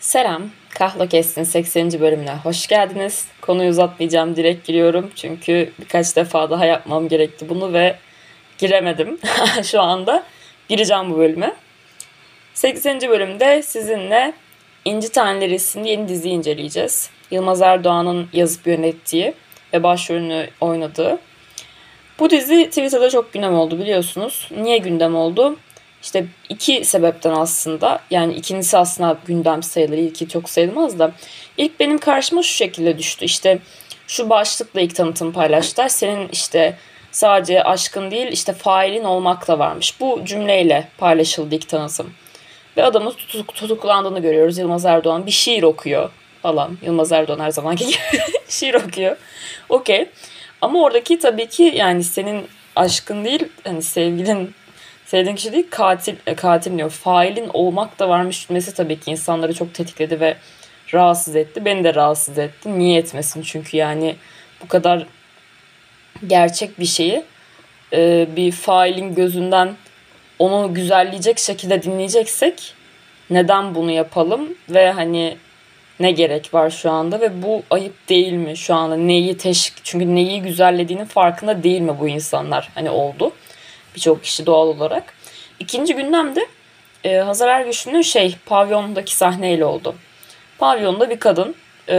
Selam, Kahlo Kestin 80. bölümüne hoş geldiniz. Konuyu uzatmayacağım, direkt giriyorum. Çünkü birkaç defa daha yapmam gerekti bunu ve giremedim. Şu anda gireceğim bu bölüme. 80. bölümde sizinle İnci Taneleri isimli yeni diziyi inceleyeceğiz. Yılmaz Erdoğan'ın yazıp yönettiği ve başrolünü oynadığı. Bu dizi Twitter'da çok gündem oldu biliyorsunuz. Niye gündem oldu? İşte iki sebepten aslında. Yani ikincisi aslında gündem sayılır. İlki çok sayılmaz da. İlk benim karşıma şu şekilde düştü. İşte şu başlıkla ilk tanıtım paylaştılar. Senin işte sadece aşkın değil işte failin olmak da varmış. Bu cümleyle paylaşıldı ilk tanıtım. Ve adamın tutuklandığını görüyoruz. Yılmaz Erdoğan bir şiir okuyor falan. Yılmaz Erdoğan her zamanki gibi şiir okuyor. Okey. Ama oradaki tabii ki yani senin aşkın değil, hani sevdiğin kişi değil, katil diyor. Failin olmak da varmış cümlesi tabii ki insanları çok tetikledi ve rahatsız etti. Beni de rahatsız etti. Niye etmesin? Çünkü yani bu kadar gerçek bir şeyi bir failin gözünden onu güzelleyecek şekilde dinleyeceksek neden bunu yapalım ve hani ne gerek var şu anda ve bu ayıp değil mi şu anda çünkü neyi güzellediğinin farkında değil mi bu insanlar hani oldu birçok kişi doğal olarak. İkinci gündemde Hazar Ergüçlü'nün pavyondaki sahneyle oldu. Pavyonda bir kadın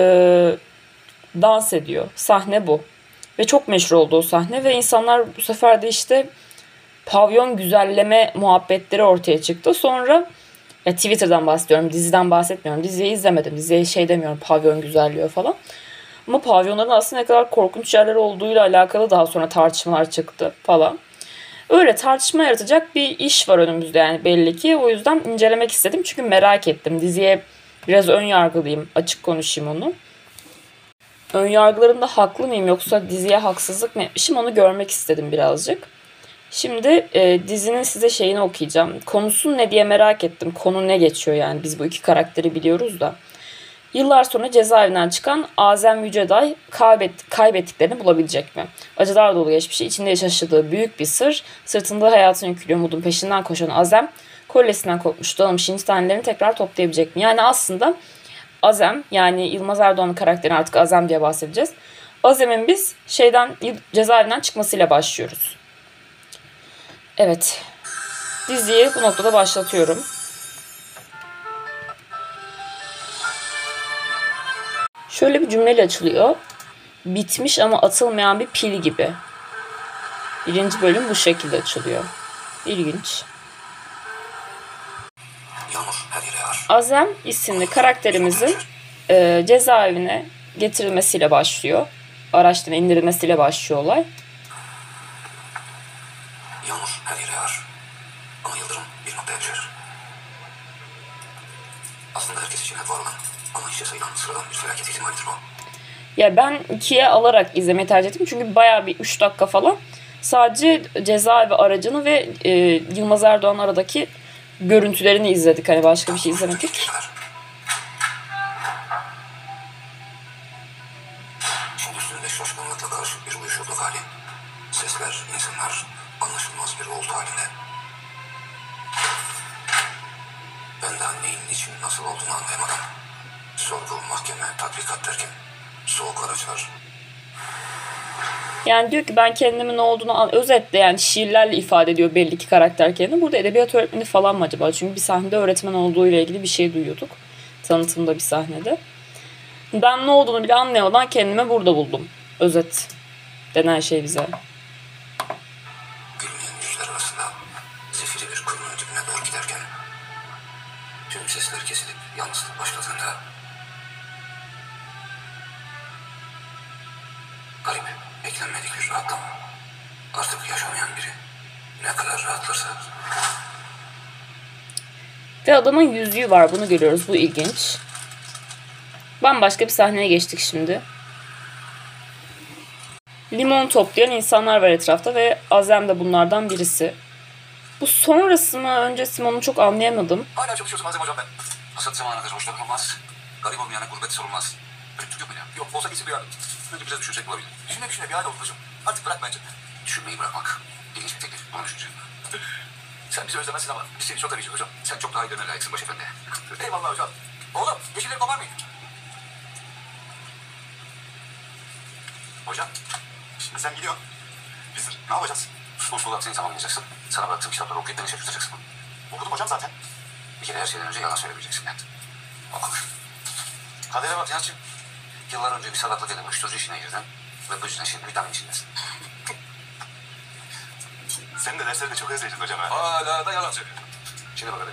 dans ediyor. Sahne bu. Ve çok meşhur oldu o sahne ve insanlar bu sefer de işte pavyon güzelleme muhabbetleri ortaya çıktı. Sonra Twitter'dan bahsediyorum, diziden bahsetmiyorum. Diziyi izlemedim. Diziye demiyorum, pavyon güzelliyor falan. Ama pavyonların aslında ne kadar korkunç yerler olduğuyla alakalı daha sonra tartışmalar çıktı falan. Öyle tartışma yaratacak bir iş var önümüzde yani belli ki. O yüzden incelemek istedim çünkü merak ettim. Diziye biraz ön yargılıyım, açık konuşayım onu. Ön yargılarımda haklı mıyım yoksa diziye haksızlık mı etmişim onu görmek istedim birazcık. Şimdi dizinin size şeyini okuyacağım. Konusu ne diye merak ettim. Konu ne geçiyor yani biz bu iki karakteri biliyoruz da. Yıllar sonra cezaevinden çıkan Azem Yüceday kaybettiklerini bulabilecek mi? Acılar dolu geçmişi, içinde yaşadığı büyük bir sır, sırtında hayatın yüküyle umudun peşinden koşan Azem, kolyesinden kopmuş dağılmış inci tanelerini tekrar toplayabilecek mi? Yani aslında Azem, yani Yılmaz Erdoğan'ın karakterini artık Azem diye bahsedeceğiz. Azem'in biz cezaevinden çıkmasıyla başlıyoruz. Evet, diziyi bu noktada başlatıyorum. Şöyle bir cümleyle açılıyor. Bitmiş ama atılmayan bir pil gibi. Birinci bölüm bu şekilde açılıyor. İlginç. Azem isimli karakterimizin cezaevine getirilmesiyle başlıyor. Araçtan indirilmesiyle başlıyor olay. Yağmur her yere yağar. Ama yıldırım bir noktaya düşer. Aslında herkes için hep var olan ama hiçe sayılan sıradan bir felaket ihtimalidir o. Ya ben 2'ye alarak izlemeyi tercih ettim. Çünkü bayağı bir 3 dakika falan sadece cezaevi aracını ve Yılmaz Erdoğan aradaki görüntülerini izledik. Hani başka bir şey izlemedik. Şimdi üstünde şaşkınlıkla karışık bir uyuşukluk hali. Sesler, insanlar anlaşılmaz bir uğultu halinde. Ben daha neyin için nasıl olduğunu anlayamadan sorgu, mahkeme, tatbikat derken soğuk araçlar. Yani diyor ki ben kendimin ne olduğunu özetle yani şiirlerle ifade ediyor belli ki karakter kendini. Burada edebiyat öğretmeni falan mı acaba? Çünkü bir sahnede öğretmen olduğu ile ilgili bir şey duyuyorduk. Tanıtımda bir sahnede. Ben ne olduğunu bile anlayamadan kendimi burada buldum. Özet denen şey bize. Gülmeyen yüzler arasında zifiri bir kuyunun dibine doğru giderken tüm sesler kesilip yalnızlık başladığında garip, beklenmedik bir rahatlama. Artık yaşamayan biri ne kadar rahatlarsa. Ve adamın yüzüğü var, bunu görüyoruz, bu ilginç. Bambaşka bir sahneye geçtik şimdi. Limon toplayan insanlar var etrafta ve Azem de bunlardan birisi. Bu sonrası mı öncesi mi onu çok anlayamadım. Hala çalışıyorsun Azem hocam ben. Hasat zamanıdır hoşlanım olmaz. Garip olmayana gurbet sorulmaz. Öyle Türk yok mu ya? Yok olsa kesin bir hal. Önce biraz düşünecek olabilir. Düşüne bir hal oldu hocam. Artık bırak bence. Düşünmeyi bırakmak. İlginç bir teklif. Bunu düşüneceğim. Sen bizi özlemezsin ama biz seni çok arayacağız hocam. Sen çok daha iyi döneme layıksın başefendi. Eyvallah hocam. Oğlum yeşilleri koparmayın. Hocam şimdi sen gidiyorsun. Biz ne yapacağız? Uslu uslu aksini tamamlayacaksın. Sana bıraktığım kitapları okuyup beni şaşırtacaksın. Okudum hocam zaten. Bir kere her şeyden önce yalan söylemeyeceksin. Net. Oku. Kadere bak Nihat'cığım. Yıllar önce bir salaklık edip uyuşturucu işine girdin. Ve bu yüzden şimdi vitamin içindesin. Senin de derslerini çok özleyeceğiz hocam ha. Hala da yalan söylüyor. Şimdi bak hadi.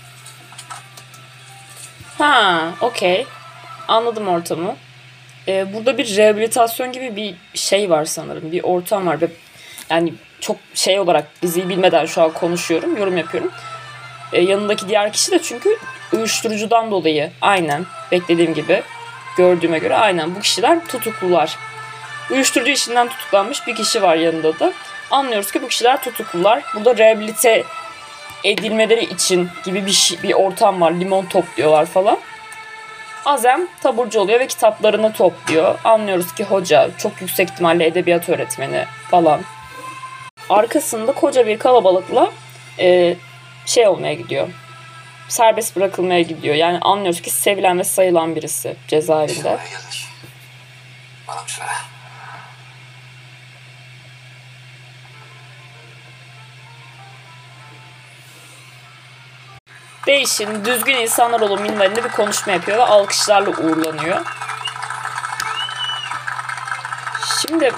Ha, okey. Anladım ortamı. Burada bir rehabilitasyon gibi bir şey var sanırım. Bir ortam var. Yani çok şey olarak diziyi bilmeden şu an konuşuyorum, yorum yapıyorum. Yanındaki diğer kişi de çünkü uyuşturucudan dolayı aynen beklediğim gibi gördüğüme göre aynen bu kişiler tutuklular. Uyuşturucu işinden tutuklanmış bir kişi var yanında da. Anlıyoruz ki bu kişiler tutuklular. Burada rehabilite edilmeleri için gibi bir ortam var. Limon topluyorlar falan. Azem taburcu oluyor ve kitaplarını topluyor. Anlıyoruz ki hoca çok yüksek ihtimalle edebiyat öğretmeni falan. Arkasında koca bir kalabalıkla şey olmaya gidiyor. Serbest bırakılmaya gidiyor. Yani anlıyoruz ki sevilen ve sayılan birisi cezaevinde. Oraya geldik. Bana bir söyle. Değişin, düzgün insanlar olun minvalinde bir konuşma yapıyor ve alkışlarla uğurlanıyor. Şimdi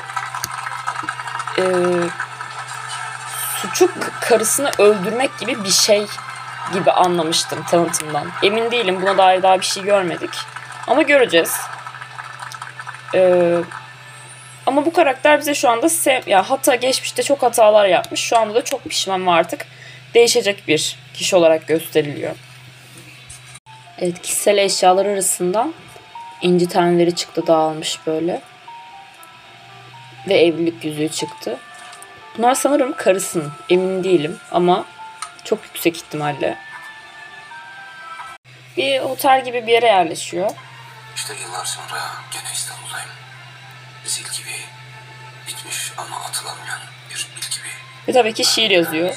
suçu karısını öldürmek gibi bir şey gibi anlamıştım tanıtımdan. Emin değilim, buna dair daha bir şey görmedik. Ama göreceğiz. Ama bu karakter bize şu anda hatta geçmişte çok hatalar yapmış. Şu anda da çok pişman ve artık değişecek bir kişi olarak gösteriliyor. Evet, kişisel eşyalar arasından inci taneleri çıktı, dağılmış böyle. Ve evlilik yüzüğü çıktı. Bunlar sanırım karısının, emin değilim ama çok yüksek ihtimalle. Bir otel gibi bir yere yerleşiyor. İşte yıllar sonra gene İstanbul'dayım. Zil gibi bitmiş ama atılamayan bir bil gibi. Ve tabii ki şiir yazıyor.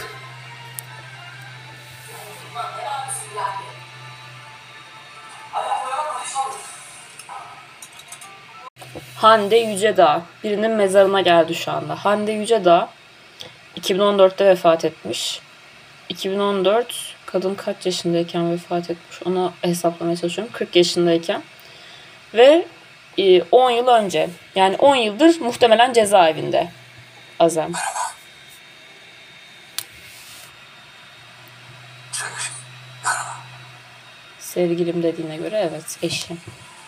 Hande Yücedağ. Birinin mezarına geldi şu anda. Hande Yücedağ 2014'te vefat etmiş. 2014 kadın kaç yaşındayken vefat etmiş? Onu hesaplamaya çalışıyorum. 40 yaşındayken. Ve 10 yıl önce. Yani 10 yıldır muhtemelen cezaevinde Azem. Merhaba. Sevgilim. Merhaba. Sevgilim dediğine göre evet, eşim.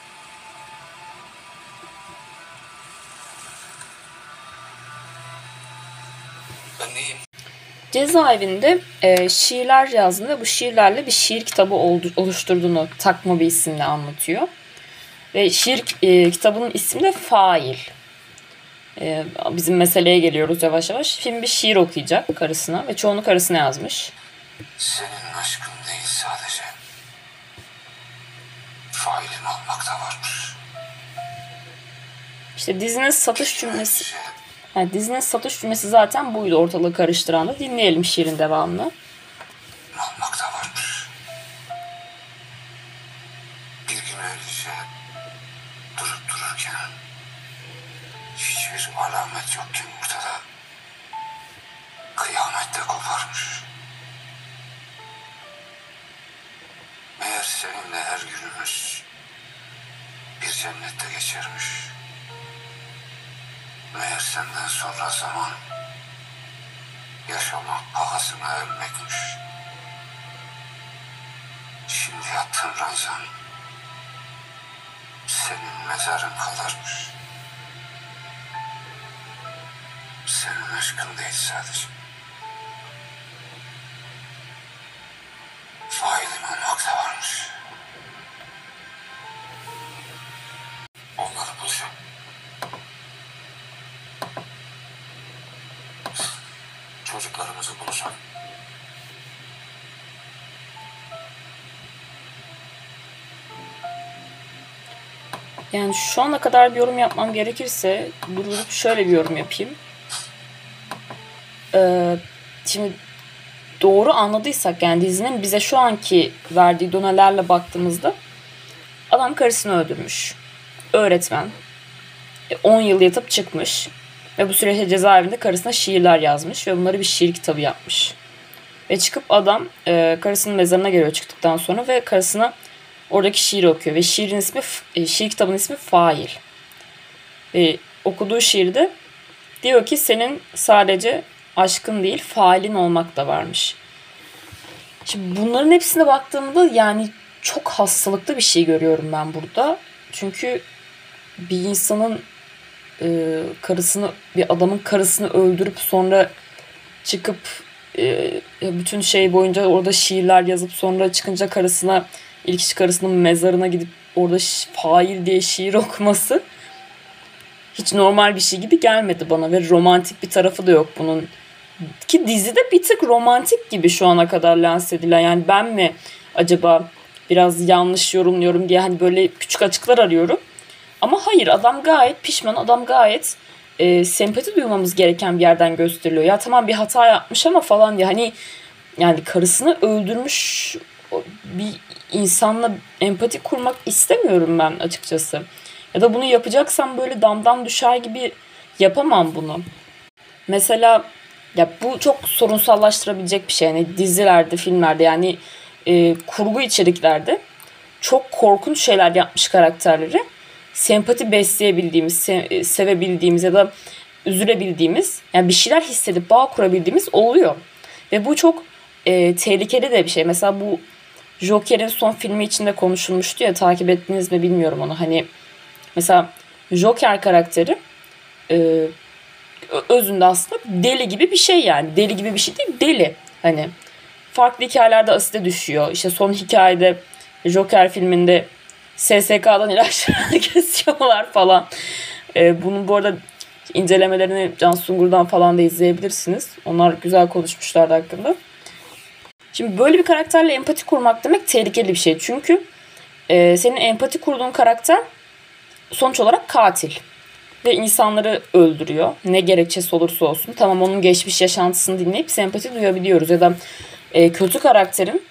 Ben neyim? Cezaevinde şiirler yazdığını ve bu şiirlerle bir şiir kitabı oluşturduğunu takma bir isimle anlatıyor. Ve şiir kitabının ismi de Fail. Bizim meseleye geliyoruz yavaş yavaş. Şimdi bir şiir okuyacak karısına ve çoğunu karısına yazmış. Senin aşkın değil sadece. Failin olmak da varmış. İşte dizinin satış cümlesi... Yani dizinin satış cümlesi zaten buydu, ortalığı karıştıran da. Dinleyelim şiirin devamını. Olmak da varmış. Bir gün öylece durup dururken hiçbir alamet yokken ortada kıyamet de koparmış. Meğer seninle her günümüz bir cennette geçermiş. Meğer senden sonra zaman yaşamak pahasına ölmekmiş. Şimdi yattığın ranzan senin mezarın kadarmış. Senin aşkın değil sadece. Failim olmak da varmış. Onları bulacağım. Çocuklarımızı bulacağım. Yani şu ana kadar bir yorum yapmam gerekirse durup şöyle bir yorum yapayım. Şimdi doğru anladıysak, yani dizinin bize şu anki verdiği donelerle baktığımızda adam karısını öldürmüş. Öğretmen. 10 yıl yatıp çıkmış. Ve bu süreçte cezaevinde karısına şiirler yazmış ve bunları bir şiir kitabı yapmış. Ve çıkıp adam karısının mezarına geliyor çıktıktan sonra ve karısına oradaki şiiri okuyor. Ve şiir kitabının ismi Fail. Ve okuduğu şiirde diyor ki senin sadece aşkın değil failin olmak da varmış. Şimdi bunların hepsine baktığımda yani çok hastalıklı bir şey görüyorum ben burada. Çünkü bir insanın bir adamın karısını öldürüp sonra çıkıp bütün şey boyunca orada şiirler yazıp sonra çıkınca karısının mezarına gidip orada fail diye şiir okuması hiç normal bir şey gibi gelmedi bana ve romantik bir tarafı da yok bunun. Ki dizide bir tık romantik gibi şu ana kadar lanse edilen. Yani ben mi acaba biraz yanlış yorumluyorum diye hani böyle küçük açıklar arıyorum. Ama hayır, adam gayet pişman, adam gayet sempati duymamız gereken bir yerden gösteriliyor. Ya tamam bir hata yapmış ama falan diye hani yani karısını öldürmüş bir insanla empati kurmak istemiyorum ben açıkçası. Ya da bunu yapacaksam böyle damdan düşer gibi yapamam bunu. Mesela ya bu çok sorunsallaştırabilecek bir şey. Yani dizilerde, filmlerde yani kurgu içeriklerde çok korkunç şeyler yapmış karakterleri sempati besleyebildiğimiz, sevebildiğimiz ya da üzülebildiğimiz, yani bir şeyler hissedip bağ kurabildiğimiz oluyor. Ve bu çok tehlikeli de bir şey. Mesela bu Joker'in son filmi içinde konuşulmuştu ya, takip ettiniz mi bilmiyorum onu. Hani mesela Joker karakteri özünde aslında deli gibi bir şey yani. Deli gibi bir şey değil, deli. Hani farklı hikayelerde asite düşüyor. İşte son hikayede Joker filminde SSK'dan ilaçlarını kesiyorlar falan. Bunun bu arada incelemelerini Can Sungur'dan falan da izleyebilirsiniz. Onlar güzel konuşmuşlardı hakkında. Şimdi böyle bir karakterle empati kurmak demek tehlikeli bir şey. Çünkü senin empati kurduğun karakter sonuç olarak katil. Ve insanları öldürüyor. Ne gerekçesi olursa olsun. Tamam, onun geçmiş yaşantısını dinleyip sempati duyabiliyoruz. Ya da kötü karakterin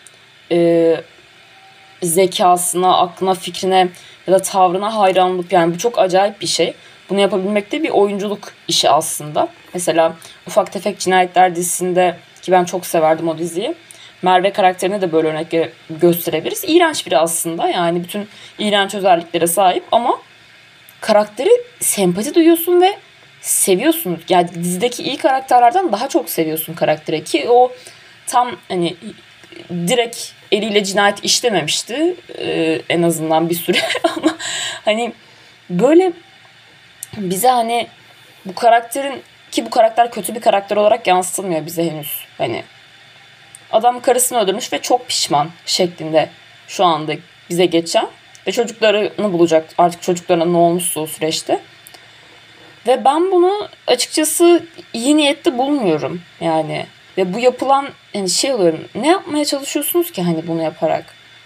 zekasına, aklına, fikrine ya da tavrına hayran olup, yani bu çok acayip bir şey. Bunu yapabilmek de bir oyunculuk işi aslında. Mesela Ufak Tefek Cinayetler dizisinde, ki ben çok severdim o diziyi, Merve karakterine de böyle örnek gösterebiliriz. İğrenç biri aslında, yani bütün iğrenç özelliklere sahip ama karakteri sempati duyuyorsun ve seviyorsun. Yani dizideki iyi karakterlerden daha çok seviyorsun karakteri, ki o tam hani direkt eliyle cinayet işlememişti en azından bir süre ama hani böyle bize hani bu karakterin, ki bu karakter kötü bir karakter olarak yansıtılmıyor bize henüz. Hani adam karısını öldürmüş ve çok pişman şeklinde şu anda bize geçen ve çocuklarını bulacak, artık çocuklarına ne olmuşsa o süreçte. Ve ben bunu açıkçası iyi niyetli bulmuyorum yani. Ve bu yapılan yani şey oluyorum. Ne yapmaya çalışıyorsunuz ki hani bunu yaparak?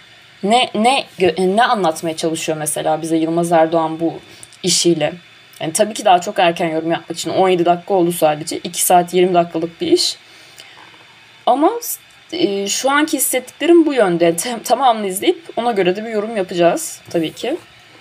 Ne anlatmaya çalışıyor mesela bize Yılmaz Erdoğan bu işiyle? Yani tabii ki daha çok erken yorum yapmak için 17 dakika oldu sadece. 2 saat 20 dakikalık bir iş. Ama şu anki hissettiklerim bu yönde. Tamamını izleyip ona göre de bir yorum yapacağız tabii ki.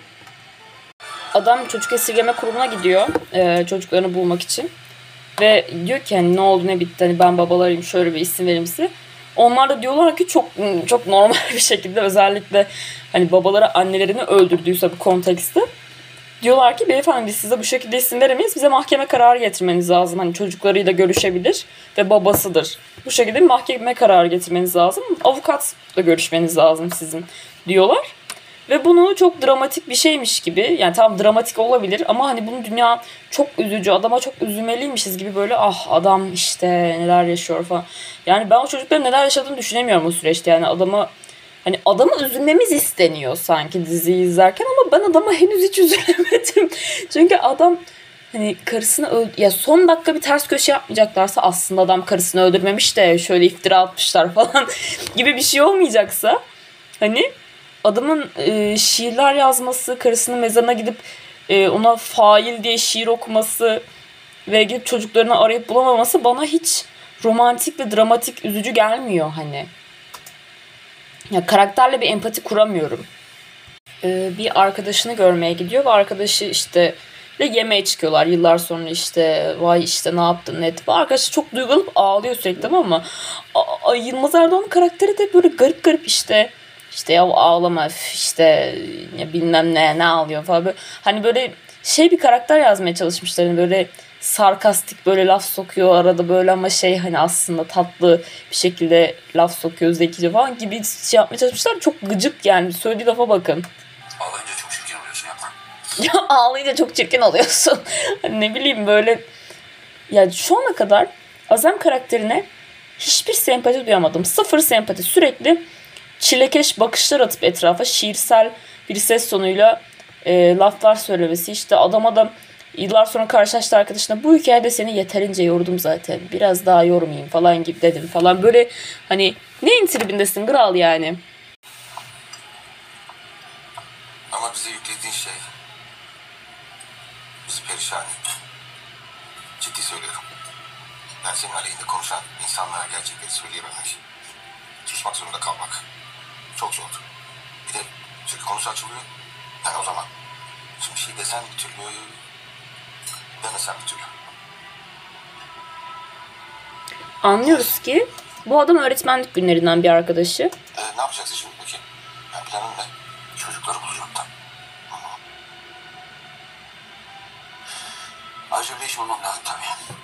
Adam çocuk esirgeme kurumuna gidiyor çocuklarını bulmak için. Ve diyor ki hani ne oldu ne bitti, hani ben babalarıyım, şöyle bir isim verir misin? Onlar da diyorlar ki çok çok normal bir şekilde, özellikle hani babaları annelerini öldürdüyse bu kontekste, diyorlar ki beyefendi biz size bu şekilde isim veremeyiz, bize mahkeme kararı getirmeniz lazım. Hani çocuklarıyla görüşebilir ve babasıdır. Bu şekilde bir mahkeme kararı getirmeniz lazım. Avukatla görüşmeniz lazım sizin diyorlar. Ve bunu çok dramatik bir şeymiş gibi, yani tam dramatik olabilir ama hani bunu dünya çok üzücü, adama çok üzülmeliymişiz gibi, böyle ah adam işte neler yaşıyor falan. Yani ben o çocukların neler yaşadığını düşünemiyorum o süreçte. Yani adamı üzülmemiz isteniyor sanki diziyi izlerken ama ben adama henüz hiç üzülemedim. Çünkü adam hani karısını ya son dakika bir ters köşe yapmayacaklarsa, aslında adam karısını öldürmemiş de şöyle iftira atmışlar falan gibi bir şey olmayacaksa, hani adamın şiirler yazması, karısının mezarına gidip ona fail diye şiir okuması ve gidip çocuklarını arayıp bulamaması bana hiç romantik ve dramatik, üzücü gelmiyor hani. Ya karakterle bir empati kuramıyorum. Bir arkadaşını görmeye gidiyor ve arkadaşı işte ve yemeğe çıkıyorlar yıllar sonra, işte vay işte ne yaptın ne ettin. Arkadaşı çok duygulanıp ağlıyor sürekli, tamam mı? Yılmaz Erdoğan'ın karakteri de böyle garip garip işte ya ağlama işte ya bilmem ne ağlıyor falan böyle. Hani böyle şey bir karakter yazmaya çalışmışlar. Hani böyle sarkastik, böyle laf sokuyor arada böyle ama şey hani aslında tatlı bir şekilde laf sokuyor, zekice falan gibi şey yapmaya çalışmışlar. Çok gıcık yani, söylediği lafa bakın. Ağlayınca çok çirkin oluyorsun, yapma. Ya ağlayınca çok çirkin oluyorsun. Hani ne bileyim böyle. Ya şu ana kadar Azem karakterine hiçbir sempati duyamadım. Sıfır sempati. Sürekli çilekeş bakışlar atıp etrafa şiirsel bir ses tonuyla laflar söylemesi. İşte adama da yıllar sonra karşılaştı arkadaşına, bu hikayede seni yeterince yordum zaten, biraz daha yormayayım falan gibi dedim falan. Böyle hani neyin tribindesin kral yani. Ama bize yüklediğin şey bizi perişan etti. Ciddi söylüyorum. Yani senin aleyhinde konuşan insanlara gerçekleri söyleyememek, susmak zorunda kalmak çok zordu. Bir de çünkü konusu açılıyor. Yani o zaman şimdi bir şey desen bir türlü, demesen bir türlü. Anlıyoruz ki bu adam öğretmenlik günlerinden bir arkadaşı. Ne yapacaksın şimdi peki? Yani planın ne? Çocukları bulacaktan. Ayrıca bir iş bulmam lazım tabii.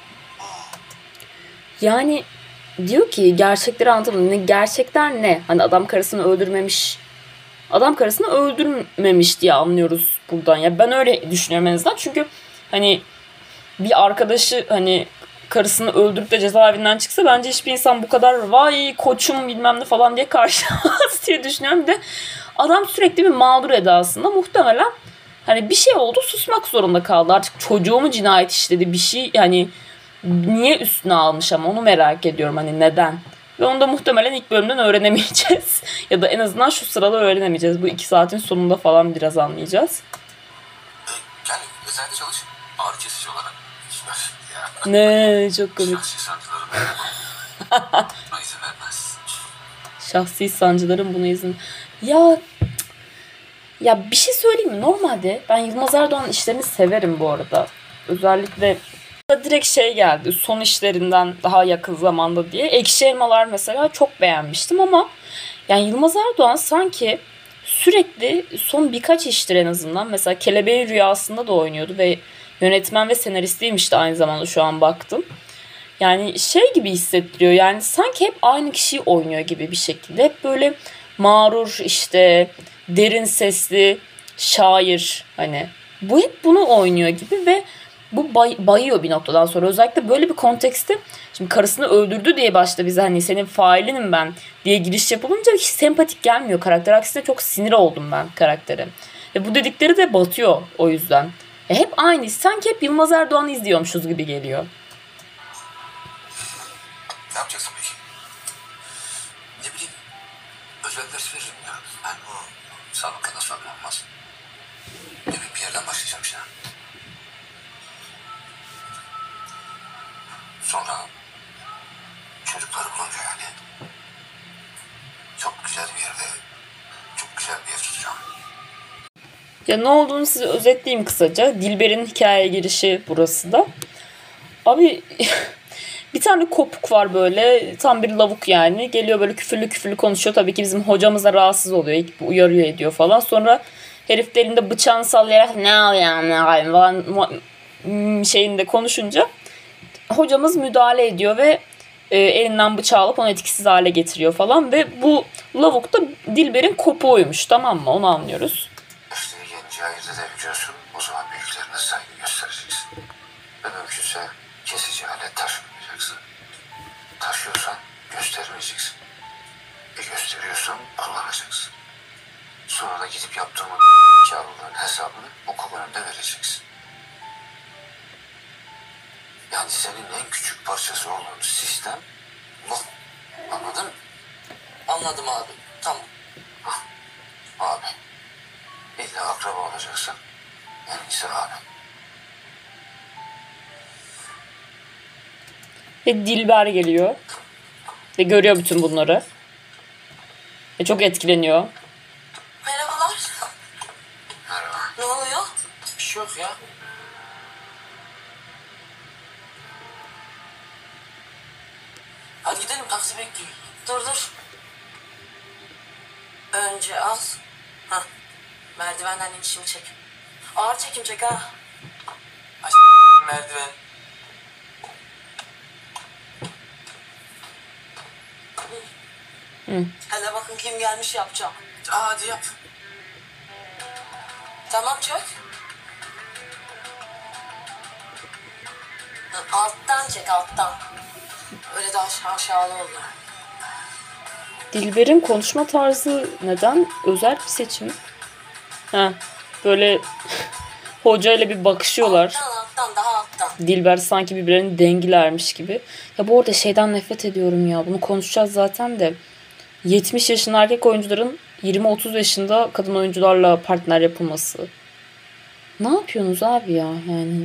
Yani diyor ki gerçekleri anlatalım. Gerçekler ne? Hani adam karısını öldürmemiş. Adam karısını öldürmemiş diye anlıyoruz buradan. Ya ben öyle düşünüyorum en azından. Çünkü hani bir arkadaşı hani karısını öldürüp de cezaevinden çıksa bence hiçbir insan bu kadar vay koçum bilmem ne falan diye karşılamaz diye düşünüyorum. Bir de adam sürekli bir mağdur edasında, muhtemelen hani bir şey oldu, susmak zorunda kaldı. Artık çocuğu mu cinayet işledi bir şey, yani niye üstüne almış, ama onu merak ediyorum hani neden. Ve onu da muhtemelen ilk bölümden öğrenemeyeceğiz. Ya da en azından şu sırada öğrenemeyeceğiz. Bu 2 saatin sonunda falan biraz anlayacağız. Gel eczanede çalış. Ağrı kesici olarak. Ya. Ne çok komik. Şahsi sancılarım buna izin vermez. Şahsi sancılarım buna izin. Ya bir şey söyleyeyim mi? Normalde ben Yılmaz Erdoğan'ın işlerini severim bu arada. Özellikle direkt şey geldi. Son işlerinden daha yakın zamanda diye. Ekşi Elmalar mesela çok beğenmiştim ama yani Yılmaz Erdoğan sanki sürekli son birkaç iştir en azından. Mesela Kelebeğin Rüyası'nda da oynuyordu ve yönetmen ve senaristiymiş de aynı zamanda, şu an baktım. Yani şey gibi hissettiriyor. Yani sanki hep aynı kişiyi oynuyor gibi bir şekilde. Hep böyle mağrur, işte derin sesli şair, hani bu hep bunu oynuyor gibi ve bu bayıyor bir noktadan sonra. Özellikle böyle bir kontekste, şimdi karısını öldürdü diye başta bize hani senin failinim ben diye giriş yapılınca hiç sempatik gelmiyor karakter. Aksine çok sinir oldum ben karaktere. Ve bu dedikleri de batıyor o yüzden. Hep aynı. Sanki hep Yılmaz Erdoğan'ı izliyormuşuz gibi geliyor. Ne yapacaksın peki? Ne bileyim. Özel ders veririm ya. Ben bu sağlıkla nasıl olmaz. Demek bir yerden başlayacağım işte. Sonra çocukları bulunca yani çok güzel bir yerde, çok güzel bir yer tutacağım. Ya ne olduğunu size özetleyeyim kısaca. Dilber'in hikayeye girişi burası da. Abi bir tane kopuk var böyle. Tam bir lavuk yani. Geliyor böyle küfürlü küfürlü konuşuyor. Tabii ki bizim hocamız da rahatsız oluyor. İlk uyarıyor ediyor falan. Sonra herif de elinde bıçağını sallayarak ne yani falan şeyinde konuşunca hocamız müdahale ediyor ve elinden bıçağı alıp onu etkisiz hale getiriyor falan. Ve bu lavuk da Dilber'in kopuğuymuş, tamam mı? Onu anlıyoruz. Yaşları gelince ayırt edebiliyorsun. O zaman büyüklerine saygı göstereceksin. Ve mümkünse kesici alet taşımayacaksın. Taşıyorsan göstermeyeceksin. Gösteriyorsan kullanacaksın. Sonra da gidip yaptığın karlılığın hesabını okul önünde vereceksin. Yani senin en küçük parçası olan sistem bu. Anladın mı? Anladım abi. Tamam. Abi. İlla akraba olacaksan en iyisi abi. Ve Dilber geliyor. Ve görüyor bütün bunları. Ve çok etkileniyor. Merhabalar. Merhaba. Ne oluyor? Bir şey yok ya. Hadi gidelim, taksi bekliyor. Dur. Önce az. Hah. Merdivenden inişimi çek. Ağır çekim çek ha. Ay, merdiven. Hele bakın kim gelmiş yapacağım. Hadi yap. Tamam çök. Alttan çek, alttan. Öyle daha şaşalı oldu. Dilber'in konuşma tarzı neden özel bir seçim? Ha, böyle hocayla bir bakışıyorlar. Alttan, daha alttan. Dilber sanki birbirlerini dengilermiş gibi. Ya bu arada şeyden nefret ediyorum ya. Bunu konuşacağız zaten de. 70 yaşında erkek oyuncuların 20-30 yaşında kadın oyuncularla partner yapılması. Ne yapıyorsunuz abi ya yani?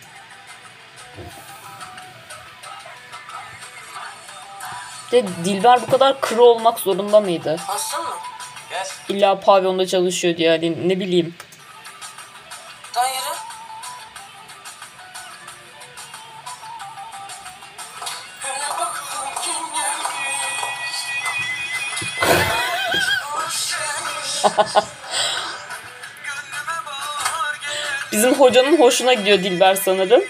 De Dilber bu kadar kuru olmak zorunda mıydı? Nasıl mı? Gel. İlla pavyonda çalışıyor diye yani ne bileyim. Daha yürü. Bizim hocanın hoşuna gidiyor Dilber sanırım.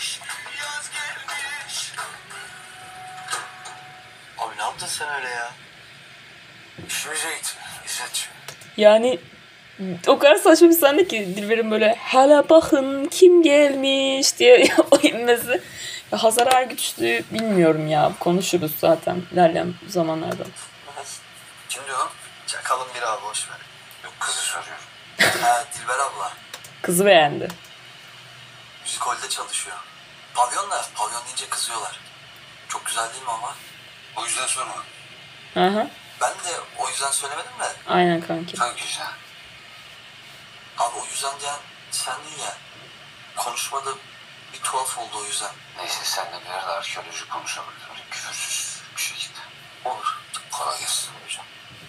Abi ne yaptın sen öyle ya? İşimize git. İzzetciğim. Yani o kadar saçma bir sahne ki Dilber'in böyle hala bakın kim gelmiş diye o inmesi. Ya Hazar Ergüçlü bilmiyorum ya, konuşuruz zaten ilerleyen zamanlarda. Kim diyor lan? Çakalın biri abi, boş ver. Yok, kızı soruyorum. Ha, Dilber abla. Kızı beğendi. Müzikolde çalışıyor. Pavyon deyince kızıyorlar. Çok güzel değil mi ama? O yüzden sorma. Aha, Ben de o yüzden söylemedim de. aynen kanki. Çok güzel. Abi o yüzden diyen sendin ya. Konuşmada bir tuhaf oldu o yüzden. Neyse, sen de bir arada arkeoloji konuşabiliriz. Öyle küfürsüz bir şekilde. Olur. Kolay gelsin hocam.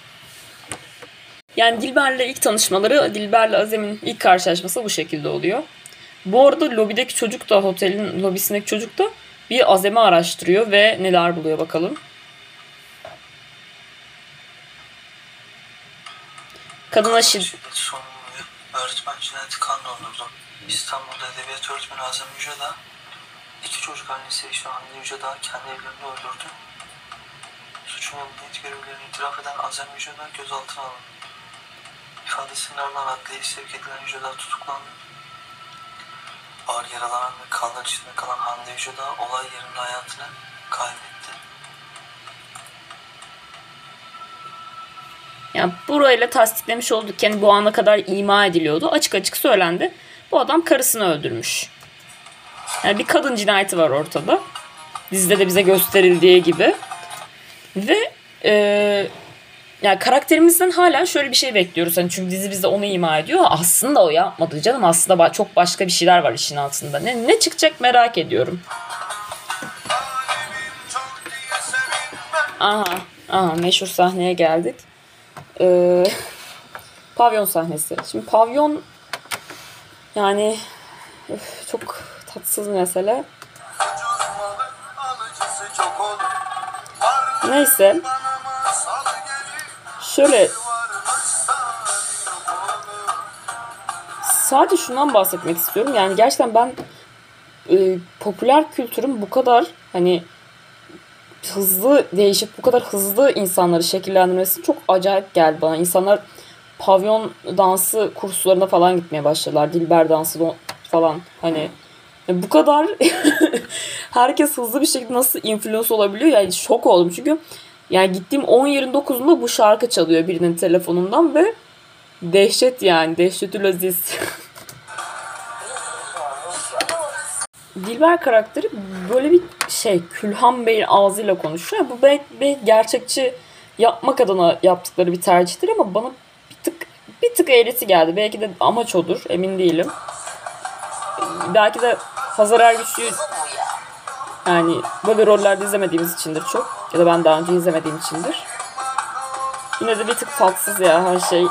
Yani Dilber'le ilk tanışmaları, Dilber'le Azem'in ilk karşılaşması bu şekilde oluyor. Bu arada lobideki çocuk da, otelin lobisindeki çocuk da bir Azem'i araştırıyor ve neler buluyor bakalım. Kadına Şiddet sorumluyu öğretmen cinayeti kan dondurdu. İstanbul'da edebiyat öğretmeni Azem Yücedağ, iki çocuk annesi eşi Hande Yücedağ kendi evlerinde öldürdü. Suçun emniyet görevlilerini itiraf eden Azem Yücedağ gözaltına alındı. İfadesinin ardından adliyeye sevk edilen Yücedağ tutuklandı. Ağır yaralanan ve kanlar içinde kalan Hande Yücedağ olay yerinde hayatını kaybetti. Yani burayla tasdiklemiş olduk. Yani bu ana kadar ima ediliyordu. Açık açık söylendi. Bu adam karısını öldürmüş. Yani bir kadın cinayeti var ortada. Dizide de bize gösterildiği gibi. Ve yani karakterimizden hala şöyle bir şey bekliyoruz. Hani çünkü dizi bize onu ima ediyor. Aslında o yapmadı canım. Aslında çok başka bir şeyler var işin altında. Ne çıkacak merak ediyorum. Aha meşhur sahneye geldik. Pavyon sahnesi. Şimdi pavyon yani çok tatsız bir mesele. Neyse. Şöyle sadece şundan bahsetmek istiyorum. Yani gerçekten ben popüler kültürün bu kadar hani hızlı değişip bu kadar hızlı insanları şekillendirmesi çok acayip geldi bana. İnsanlar pavyon dansı kurslarına falan gitmeye başladılar. Dilber dansı falan hani bu kadar herkes hızlı bir şekilde nasıl influence olabiliyor? Yani şok oldum çünkü yani gittiğim 10 yerin 9'unda bu şarkı çalıyor birinin telefonundan ve dehşet yani dehşetül aziz. Dilber karakteri böyle bir Külhan Bey'in ağzıyla konuşuyor. Bu belki gerçekçi yapmak adına yaptıkları bir tercihtir ama bana bir tık eğreti geldi. Belki de amaç odur, emin değilim. Belki de Hazar Ergüçlü'yü Yani böyle rollerde izlemediğimiz içindir çok. Ya da ben daha önce izlemediğim içindir. Yine de bir tık tatsız ya her şey.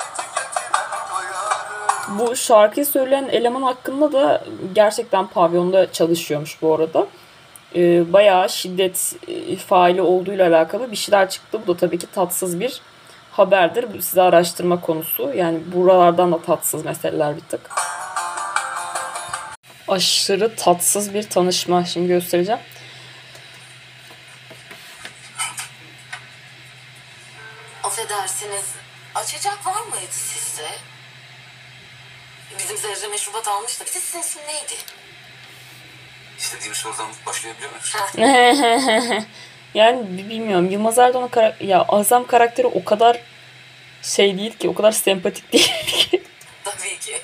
Bu şarkıyı söyleyen eleman hakkında da gerçekten pavyonda çalışıyormuş bu arada. Bayağı şiddet faili olduğuyla alakalı bir şeyler çıktı. Bu da tabii ki tatsız bir haberdir. Bu size araştırma konusu. Yani buralardan da tatsız meseleler bir tık. Aşırı tatsız bir tanışma. Şimdi göstereceğim. Affedersiniz, açacak var mıydı sizde? Bizim Zerre meşrubat almıştı. Sizin isim neydi? İstediğim sorudan başlayabiliyor muyuz? Yani bilmiyorum. Yılmaz Erdoğan'ın ya Azam karakteri o kadar şey değil ki. O kadar sempatik değil ki. Tabii ki.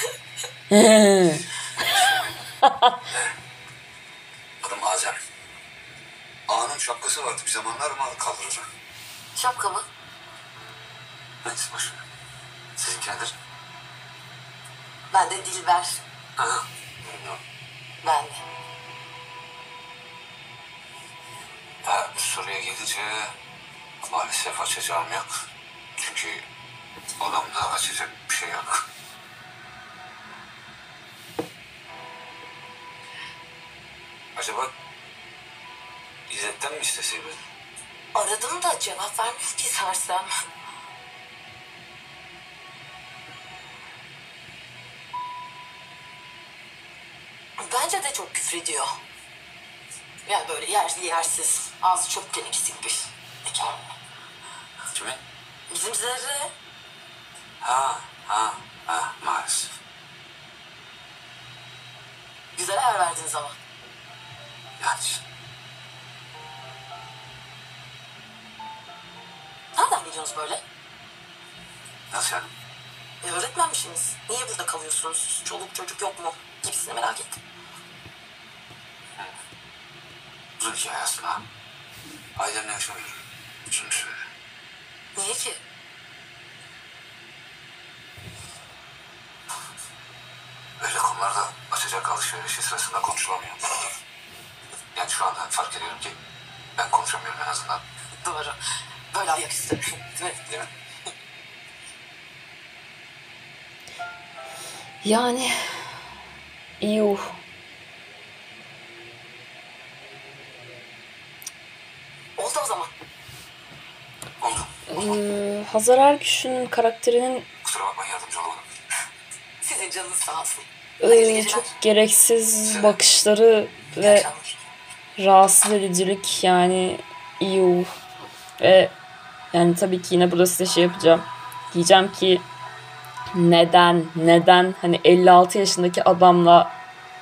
Adım Azem. Ağanın şapkası vardı bir zamanlar ama kaldıracağım. Şapka mı? Neyse boş ver. Sizinki nedir? Ben de Dilber. Aha. Bilmiyorum. Ben de. Ya bu soruya gelince maalesef açacağım yok. Çünkü odamda açacak bir şey yok. Acaba İzzet'ten mi isteseydin? Aradım da cevap vermiyor ki Sersem. Bence de çok küfrediyor. Yani böyle yerli yersiz, ağzı çok tenekisik bir mekan. Kimin? Bizim Zerre. Ha maalesef. Güzel haber verdiniz ama. Yani işte. Nereden biliyorsunuz böyle? Nasıl yani? Öğretmenmişsiniz. Niye burada kalıyorsunuz? Çoluk çocuk yok mu? Gibisini merak ettim. Uzun hikaye aslında. Ailemle yaşamıyorum. Uzun süre. Niye ki? Böyle konularda açacak alışverişi sırasında konuşulamıyor. Yani şu anda fark ediyorum ki ben konuşamıyorum en azından. Doğru. Böyle ayaküstü. Değil mi? Değil mi? Yani yuh. Oldu o zaman. Oldu. Hazar Ergüç'ün karakterinin Kusura bakmayın yardımcı olamadım. Sizin canınız sağ olsun. Hayırlı geceler. çok gereksiz bakışları İyi ve akşamlar. rahatsız edicilik yani yuh. Ve yani tabii ki yine burada size şey yapacağım. Diyeceğim ki neden hani 56 yaşındaki adamla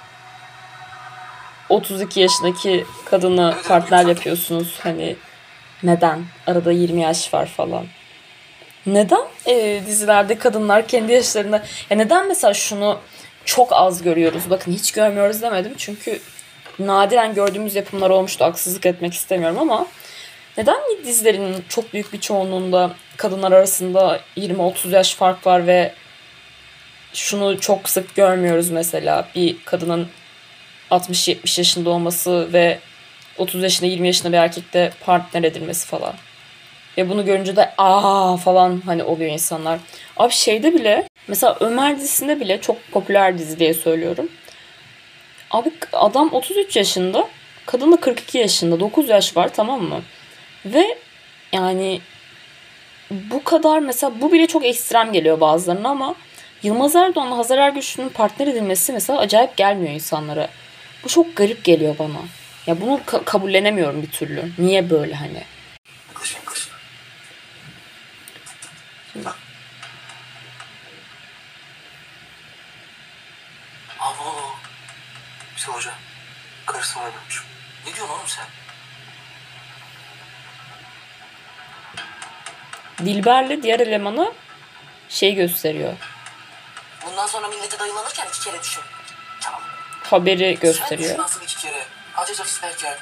32 yaşındaki kadını partner yapıyorsunuz? Hani neden? Arada 20 yaş var falan. Neden dizilerde kadınlar kendi yaşlarında... Ya neden mesela şunu çok az görüyoruz? Bakın hiç görmüyoruz demedim. Çünkü nadiren gördüğümüz yapımlar olmuştu. Haksızlık etmek istemiyorum ama... Neden dizilerin çok büyük bir çoğunluğunda kadınlar arasında 20-30 yaş fark var ve şunu çok sık görmüyoruz mesela. Bir kadının 60-70 yaşında olması ve 30 yaşında 20 yaşında bir erkekle partner edilmesi falan. Ve bunu görünce de aa falan hani oluyor insanlar. Abi şeyde bile mesela Ömer dizisinde bile çok popüler dizi diye söylüyorum. Abi adam 33 yaşında, kadın da 42 yaşında. 9 yaş var, tamam mı? Ve yani bu kadar mesela bu bile çok ekstrem geliyor bazılarına ama Yılmaz Erdoğan'la Hazar Ergüçlü'nün partner edilmesi mesela acayip gelmiyor insanlara. Bu çok garip geliyor bana. Ya bunu kabullenemiyorum bir türlü. Niye böyle hani? Kışın. Abo. İşte hoca. Karısı oynamış. Ne diyorsun oğlum sen? Dilber'le diğer elemanı şey gösteriyor. Bundan sonra millete dayılanırken 2 kere düşün. Tamam. Haberi Sen gösteriyor. düşün asıl 2 kere. Acıcak isterken.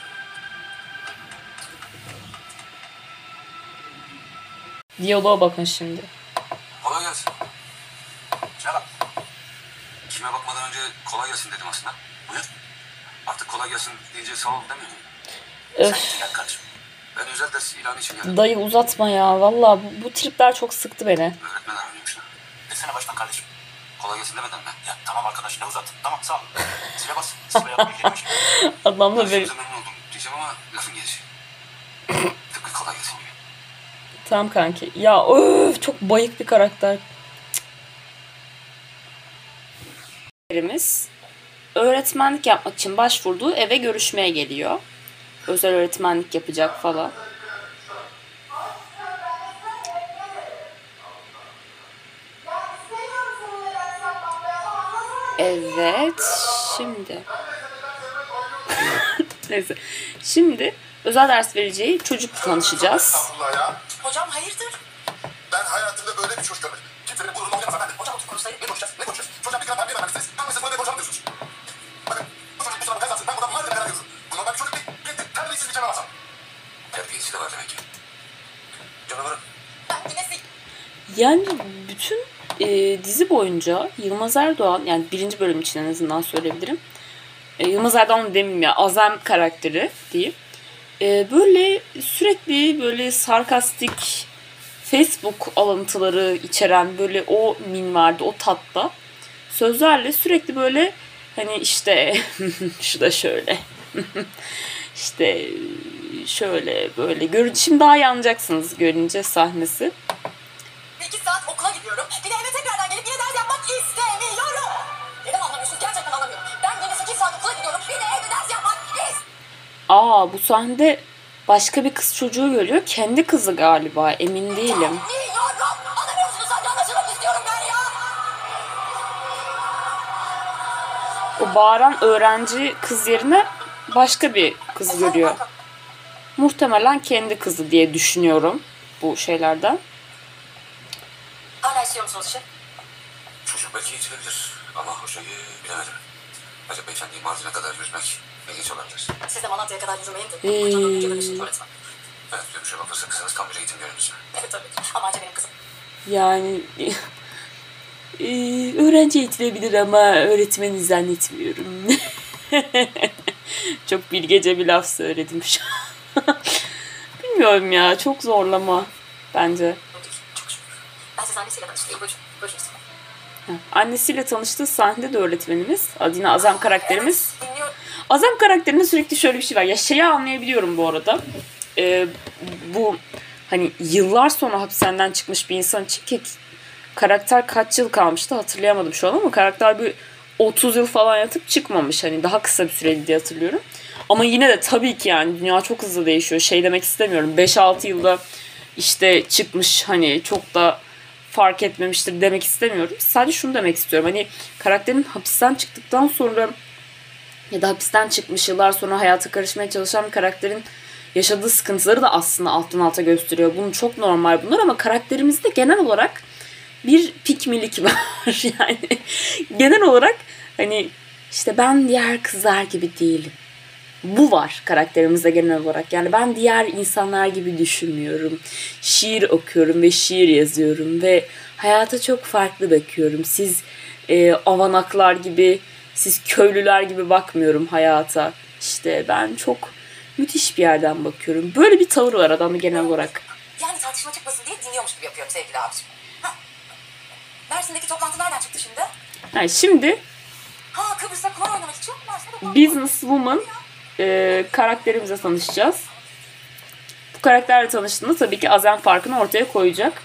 Diyaloğa bakın şimdi. Kolay gelsin. Selam. Kime bakmadan önce kolay gelsin dedim aslında. Buyur. Artık kolay gelsin diyeceği sağ ol demiyor mu? Öf. Sen gel kardeşim. Ben özel ders ilanı için geldim. Dayı uzatma ya. Valla bu tripler çok sıktı beni. Öğretmen aranıyormuş. Desene baştan kardeşim. Kolay gelsin demeden mi? Ya tamam arkadaş ne uzattın? Tamam sağ ol. Zile bas. Sıra yapmayı gelmiş. Adamla Görüşürüze memnun oldum diyeceğim ama lafın gelişi. Tıpkı kolay gelsin gibi. Tamam kanki. Ya öf, çok bayık bir karakter. Öğretmenlik yapmak için başvurduğu eve görüşmeye geliyor. Özel öğretmenlik yapacak falan. Evet, şimdi. Neyse. Şimdi özel ders vereceği çocukla tanışacağız. Estağfurullah ya. Hocam hayırdır? Ben hayatımda böyle bir çocuk görmedim. Kimsenin gururunu oynamaz efendim. Hocam otur konuşsaydı. Ne konuşacağız? Ne konuşacağız? Çocuğa bir gram terbiye vermek isteriz. Hangisi bunu ne konuşalım diyorsunuz? Bakın bu çocuk bu sınavı kazansın. Ben buradan mahallede neler görürüm. Bu normal bir çocuk değil. Bir terbiyesiz bir canavar. Terbiyesi de var demek ki. Canavarın. Yani bütün dizi boyunca Yılmaz Erdoğan, yani birinci bölüm için en azından söyleyebilirim. Yılmaz Erdoğan demeyeyim ya, Azem karakteri diyeyim. Böyle sürekli böyle sarkastik Facebook alıntıları içeren böyle o minvalde, o tatta sözlerle sürekli böyle hani işte şu da şöyle işte şöyle böyle şimdi daha iyi anlayacaksınız görünce sahnesi. 2 saat okula gidiyorum. Bir de eve tekrardan gelip yine ders yapmak istemiyorum. Neden anlamıyorsun? Gerçekten anlamıyorum. Ben günde 8 saat okula gidiyorum. Bir de evde ders yapmak istemiyorum. Bu sahnede başka bir kız çocuğu görüyor. Kendi kızı galiba, emin değilim. Anlamıyor musunuz? Sadece anlaşılmak istiyorum ben ya. O bağıran öğrenci kız yerine başka bir kız görüyor. Muhtemelen kendi kızı diye düşünüyorum bu şeylerden. Hala istiyor musunuz işi? Çocuk belki eğitilebilir ama hocayı bilemedim. Acaba beyefendiyi Mardin'e kadar yürütmek ilginç olabilir. Siz de Malatya'ya kadar yürümeyin de. Hocam dönünce görüşürüz öğretmen. Evet dönüşe bakılırsa kızınız tam bir eğitim görüntüsü. Evet tabii. Ama Ayça benim kızım. Yani öğrenci eğitilebilir ama öğretmeni zannetmiyorum. Çok bilgece bir laf söyledim şu an. Bilmiyorum ya, çok zorlama bence. Çok şükür. Ben siz annesiyle tanıştım. Buyurun. Buyurun. Annesiyle tanıştığı sahnede de öğretmenimiz. Adı yine Azem karakterimiz. Evet, dinliyorum. Azem karakterinde sürekli şöyle bir şey var. Ya şeyi anlayabiliyorum bu arada. Bu hani yıllar sonra hapishaneden çıkmış bir insan için ki karakter kaç yıl kalmıştı hatırlayamadım şu an ama karakter bir 30 yıl falan yatıp çıkmamış. Hani daha kısa bir süreli diye hatırlıyorum. Ama yine de tabii ki yani dünya çok hızlı değişiyor. Şey demek istemiyorum. 5-6 yılda işte çıkmış, hani çok da fark etmemiştir demek istemiyorum. Sadece şunu demek istiyorum. Hani karakterin hapisten çıktıktan sonra ya da hapisten çıkmış yıllar sonra hayata karışmaya çalışan bir karakterin yaşadığı sıkıntıları da aslında alttan alta gösteriyor. Bunu çok normal bunlar ama karakterimizde genel olarak bir pikmilik var. Yani genel olarak hani işte ben diğer kızlar gibi değilim. Bu var karakterimizde genel olarak. Yani ben diğer insanlar gibi düşünmüyorum. Şiir okuyorum ve şiir yazıyorum ve hayata çok farklı bakıyorum. Siz avanaklar gibi, siz köylüler gibi bakmıyorum hayata. İşte ben çok müthiş bir yerden bakıyorum. Böyle bir tavır var adamda genel olarak. Yani tartışma çıkmasın diye dinliyormuş gibi yapıyorum sevgili abiciğim. Mersin'deki toplantı nereden çıktı şimdi? Yani şimdi Kıbrıs'ta kumar oynamak için Mersin'de toplantı. Businesswoman karakterimize tanışacağız. Bu karakterle tanıştığında tabii ki Azem farkını ortaya koyacak.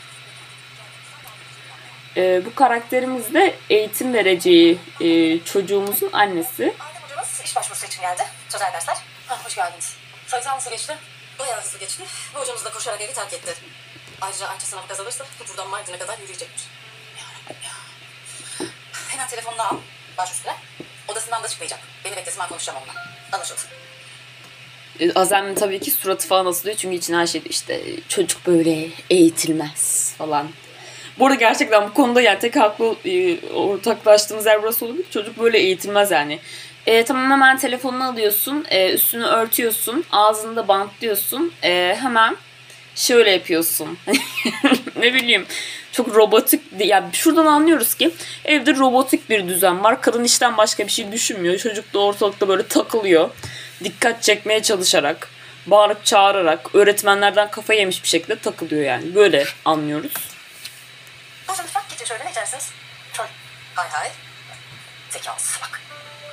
Bu karakterimiz de eğitim vereceği çocuğumuzun annesi. Adem hocamız iş başvurusu için geldi. Sözel dersler. Hoş geldiniz. Sayısal nasıl geçti? Bayağı hızlı geçti. Ve hocamız da koşarak evi terk etti. Ayrıca Ayça sınavı kazanırsa buradan Mardin'e kadar yürüyecekmiş. Yarabbim ya. Hemen telefonunu al. Baş üstüne. Odasından da çıkmayacak. Beni beklesin, ben konuşacağım onunla. Anlaşıldı. Azem'in tabii ki suratı falan asılıyor çünkü için her şey işte çocuk böyle eğitilmez falan. Bu arada gerçekten bu konuda yani tek haklı ortaklaştığımız yer burası olabilir. Çocuk böyle eğitilmez yani. Tamam, hemen telefonunu alıyorsun, üstünü örtüyorsun, ağzını da bantlıyorsun, hemen şöyle yapıyorsun. Ne bileyim, çok robotik, yani şuradan anlıyoruz ki evde robotik bir düzen var. Kadın işten başka bir şey düşünmüyor. Çocuk da ortalıkta böyle takılıyor. Dikkat çekmeye çalışarak, bağırıp çağırarak, öğretmenlerden kafa yemiş bir şekilde takılıyor yani. Böyle anlıyoruz. Buyurun lütfen geçin şöyle, ne içersiniz? Çay. Hay hay. Zekalısız bak.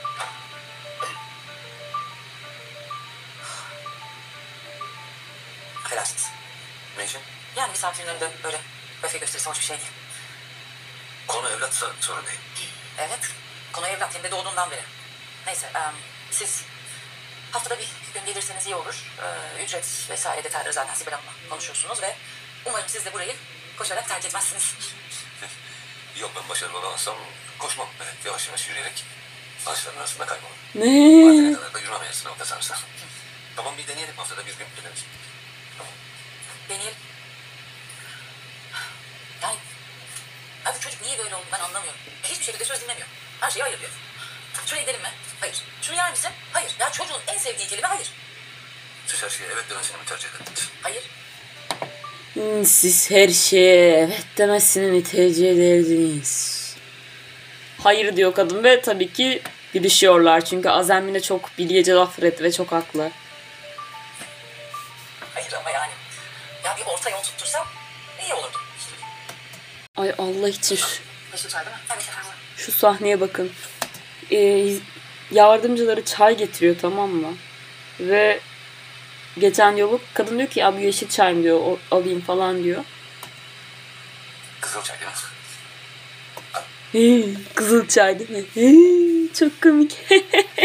Affedersiniz. Ne için? Yani misafirin önünde böyle öfke gösterisi hoş bir şey değil. Konu evlatsa sorun değil. Evet. Konu evlat, hem de doğduğundan beri. Neyse, siz haftada bir gün gelirseniz iyi olur. Ücret vesaire detayları zaten Sibel Hanım'la konuşuyorsunuz ve umarım siz de burayı koşarak terk etmezsiniz. Yok, ben başarılı olamazsam koşmam. Evet, yavaş yavaş yürüyerek ağaçların arasında kaybolurum. Ne? Partine kadar da yürümemeyiz sınavda sanırsam. Tamam, bir deneyelim, haftada bir gün gideriz. Deneyelim. Yani abi çocuk niye böyle oldu ben anlamıyorum. Hiçbir şekilde söz dinlemiyor. Her şeyi hayır diyor. Şuraya gidelim mi? Hayır. Şunu yer misin? Hayır. Ya çocuğun en sevdiği kelime hayır. Siz her şeye evet demesini mi tercih ederdiniz? Hayır. Siz her şeye evet demesini mi tercih ederdiniz? Hayır diyor kadın ve tabii ki gülüşüyorlar. Çünkü Azem yine çok bilgece laf etti ve çok haklı. Hayır ama yani. Ya bir orta yol tuttursam iyi olurdu. Ay Allah için Yeşil çay değil mi? Evet efendim. şu sahneye bakın. Yardımcıları çay getiriyor, tamam mı? Ve geçen yolu kadın diyor ki abi yeşil çay mı diyor, alayım falan diyor. Kızıl çay değil mi? Kızıl çay değil mi? Çok komik. Ne?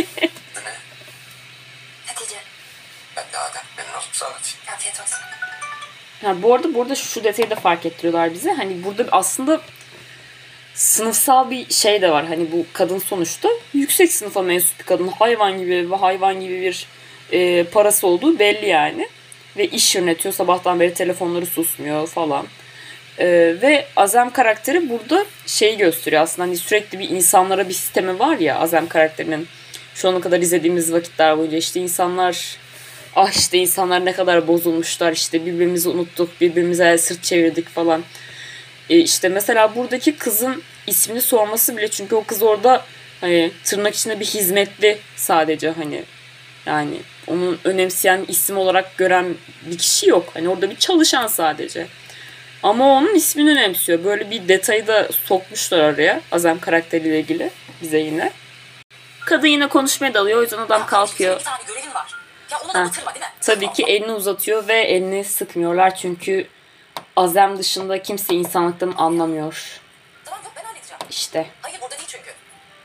Hatice. Ben de Adem. Memnun oldum. Sağ olun. Afiyet olsun. Ha, bu arada burada şu detayı da fark ettiriyorlar bize. Hani burada aslında sınıfsal bir şey de var. Hani bu kadın sonuçta yüksek sınıfa mensup bir kadın. Hayvan gibi ve hayvan gibi bir parası olduğu belli yani. Ve iş yönetiyor. Sabahtan beri telefonları susmuyor falan. Ve Azem karakteri burada şeyi gösteriyor aslında. Hani sürekli bir insanlara bir sistemi var ya Azem karakterinin. Şu ana kadar izlediğimiz vakitler boyunca işte insanlar... işte insanlar ne kadar bozulmuşlar, işte birbirimizi unuttuk, birbirimize sırt çevirdik falan. İşte mesela buradaki kızın ismini sorması bile, çünkü o kız orada hani tırnak içinde bir hizmetli sadece, hani yani onun önemseyen isim olarak gören bir kişi yok. Hani orada bir çalışan sadece. Ama onun ismini önemsiyor. Böyle bir detayı da sokmuşlar araya Azem karakteriyle ilgili bize yine. Kadın yine konuşmaya dalıyor, o yüzden adam kalkıyor. Bir tane görevin var. Ya onu da batırma değil mi? Tabii ki elini uzatıyor ve elini sıkmıyorlar çünkü Azem dışında kimse insanlıktan anlamıyor. Tamam yok ben halledeceğim. İşte. Hayır burada değil çünkü.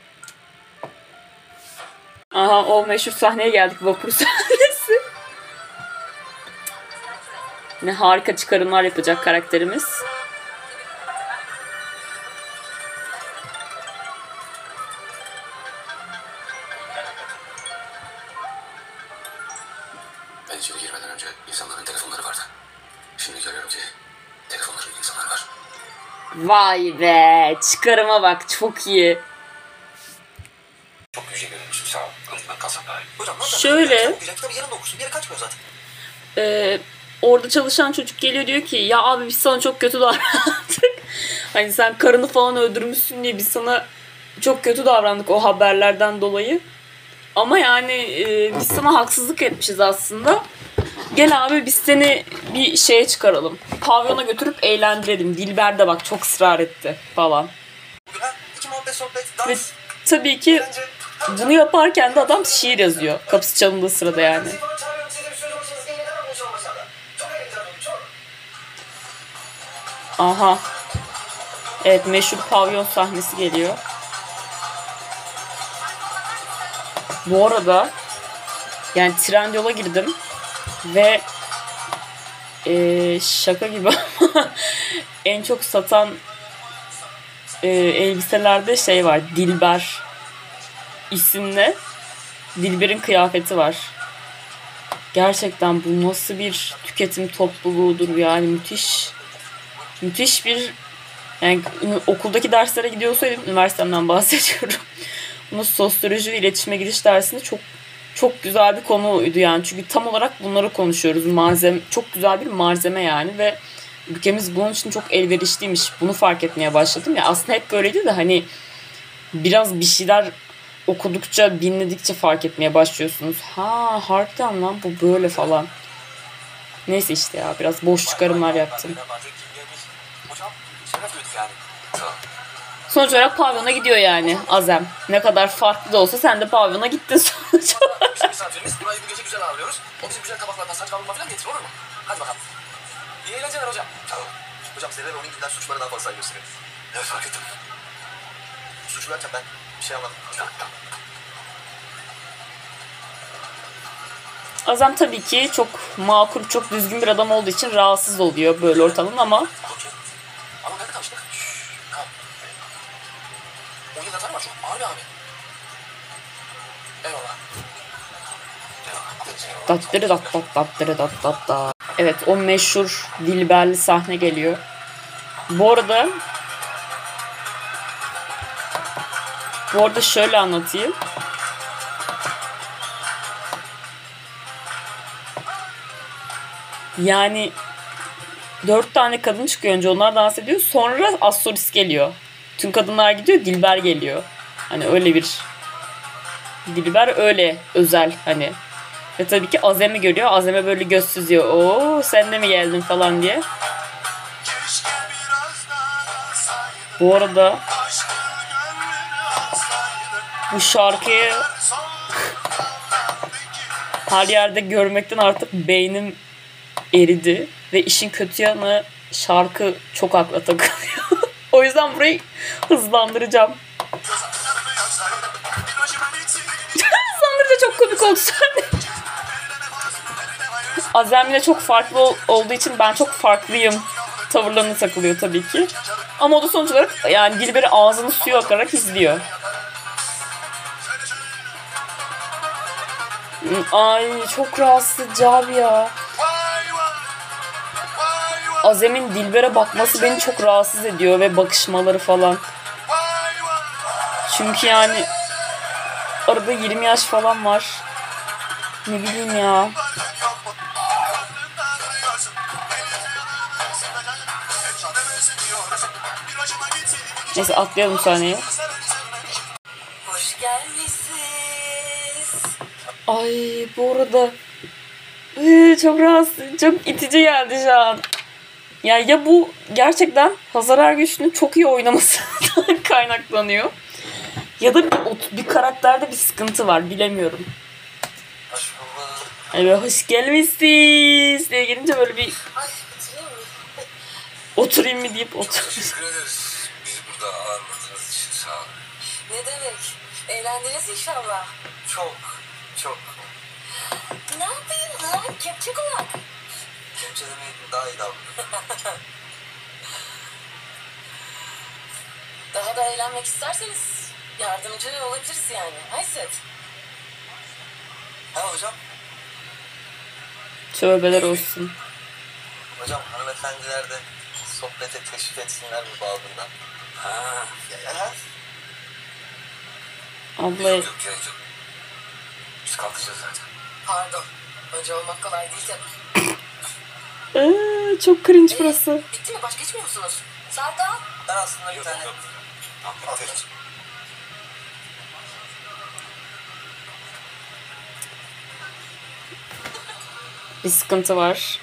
Aha, o meşhur sahneye geldik, vapur sahnesi. Ne harika çıkarımlar yapacak karakterimiz. Ben içeri girmeden önce insanların telefonları vardı. Şimdi görüyorum ki telefonların insanlar var. Vay be, çıkarıma bak, çok iyi. Çok yüce görünmüşsün, sağ ol. Ben kalsam daha iyi. Buyurun. Şöyle. Okuyacak kitabı yarın da okursun. Bir yere kaçmıyor zaten. Orada çalışan çocuk geliyor, diyor ki ya abi biz sana çok kötü davrandık. Hani sen karını falan öldürmüşsün diye biz sana çok kötü davrandık o haberlerden dolayı. Ama yani biz sana haksızlık etmişiz aslında. Gel abi biz seni bir şeye çıkaralım. Pavyona götürüp eğlendirelim. Dilber de bak çok ısrar etti falan. Bugün ha? İki muhabbet, sohbet, Ve dans. tabii ki bunu yaparken de adam şiir yazıyor. Kapısı çalındığı sırada yani. Aha. Evet, meşhur pavyon sahnesi geliyor. Bu arada yani Trendyol'a girdim ve şaka gibi ama en çok satan elbiselerde şey var, Dilber isimli Dilber'in kıyafeti var. Gerçekten bu nasıl bir tüketim topluluğudur yani, müthiş bir, yani okuldaki derslere gidiyorsaydım, üniversitemden bahsediyorum. Bunu sosyoloji ve iletişime gidiş dersinde çok güzel bir konuydu yani. Çünkü tam olarak bunları konuşuyoruz. Çok güzel bir malzeme yani ve ülkemiz bunun için çok elverişliymiş. Bunu fark etmeye başladım ya. Aslında hep böyleydi de hani biraz bir şeyler okudukça, dinledikçe fark etmeye başlıyorsunuz. Ha, harbiden lan bu böyle falan. Neyse işte ya, biraz boş çıkarımlar yaptım. Hocam şeref duyduk yani. Sağ ol. Sonuç olarak pavyona gidiyor yani Azem. Ne kadar farklı da olsa sen de pavyona gittin sonuç olarak. Bizim misafirimiz. Burayı bu gece güzel ağırlıyoruz. O bizim güzel tabaklardan saç kavurma falan getirir, olur mu? Hadi bakalım. İyi eğlenceler hocam. Tamam. Hocam Zerre ve onun gibiler suçları daha fazla saygı gösteriyor. Evet, fark ettim. Suçlu derken ben bir şey anladım. Tamam. Azem tabii ki çok makul, çok düzgün bir adam olduğu için rahatsız oluyor böyle ortamın ama Okey. Ama nerede tanıştık? Tamam. 10 yılda tanıma, çok ağır bir abi. Eyvallah. dattırı dat dat dattırı dat dat da. Evet, o meşhur Dilberli sahne geliyor. Bu arada şöyle anlatayım. Yani 4 tane kadın çıkıyor, önce onlar dans ediyor. Sonra Assoris geliyor. Tüm kadınlar gidiyor, Dilber geliyor. Hani öyle bir Dilber öyle özel hani. Ve tabii ki Azem'i görüyor. Azem'e böyle göz süzüyor. Oo, sen de mi geldin falan diye. Bu arada bu şarkıyı her yerde görmekten artık beynim eridi. Ve işin kötü yanı, şarkı çok akla takılıyor. O yüzden burayı hızlandıracağım. Hızlandırınca çok komik oldu sahne. Azem yine çok farklı olduğu için ben çok farklıyım tavırlarına takılıyor tabii ki. Ama o da sonuç olarak yani Dilber'i ağzının suyu akarak izliyor. Ay çok rahatsız edici abi ya. Azem'in Dilber'e bakması beni çok rahatsız ediyor ve bakışmaları falan. Çünkü yani arada 20 yaş falan var. Ne bileyim ya. Neyse atlayalım sahneyi. Hoş gelmişsiniz. Ay bu arada çok rahatsız, çok itici geldi şu an. Yani ya bu gerçekten Hazar Ergüçlü'nün çok iyi oynamasından kaynaklanıyor. Ya da bir karakterde bir sıkıntı var, bilemiyorum. Hoş bulduk. Evet, hoş gelmişsiniz diye gelince böyle bir Ay bitireyim mi? oturayım mı deyip otur. Teşekkür ederiz. Bizi burada ağırladığınız için sağ olun. Ne demek? Eğlendiniz inşallah. Çok, çok. Ne yapıyorsun lan? Kepçe kulak. Kepçe demeydin daha iyi davranırdın. Daha da eğlenmek isterseniz yardımcı olabiliriz yani. Ayset. Ha hocam? Tövbeler olsun. Hocam hanımefendiler de sohbete teşvik etsinler bu babından. Ha. Ya. Abla Yok gerek yok. Biz kalkacağız zaten. Pardon. Hoca olmak kolay değil tabii. çok cringe burası. Bitti mi? Başka içmiyor musunuz? Serkan. Ben aslında bir Yok tane... yok. Tamam, afiyet olsun. Bir sıkıntı var.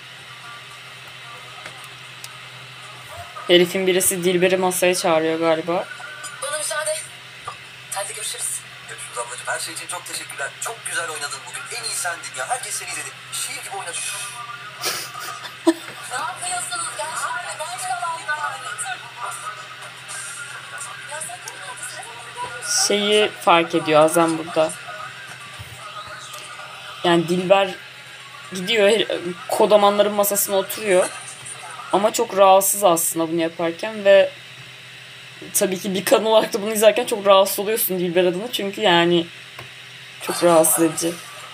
Herifin birisi Dilber'i masaya çağırıyor galiba. Bana müsaade. Hadi görüşürüz. Görüşürüz ablacığım. Her şey için çok teşekkürler. Çok güzel oynadın bugün. En iyi sendin ya. Herkes seni izledi. Şiir gibi oynadın. Ne yapıyorsunuz? Gel şöyle. Gel şöyle. Şeyi fark ediyor Azem burada. Yani Dilber gidiyor kodamanların masasına oturuyor. Ama çok rahatsız aslında bunu yaparken ve tabii ki bir kadın olarak da bunu izlerken çok rahatsız oluyorsun Dilber adına. Çünkü yani çok rahatsız edici.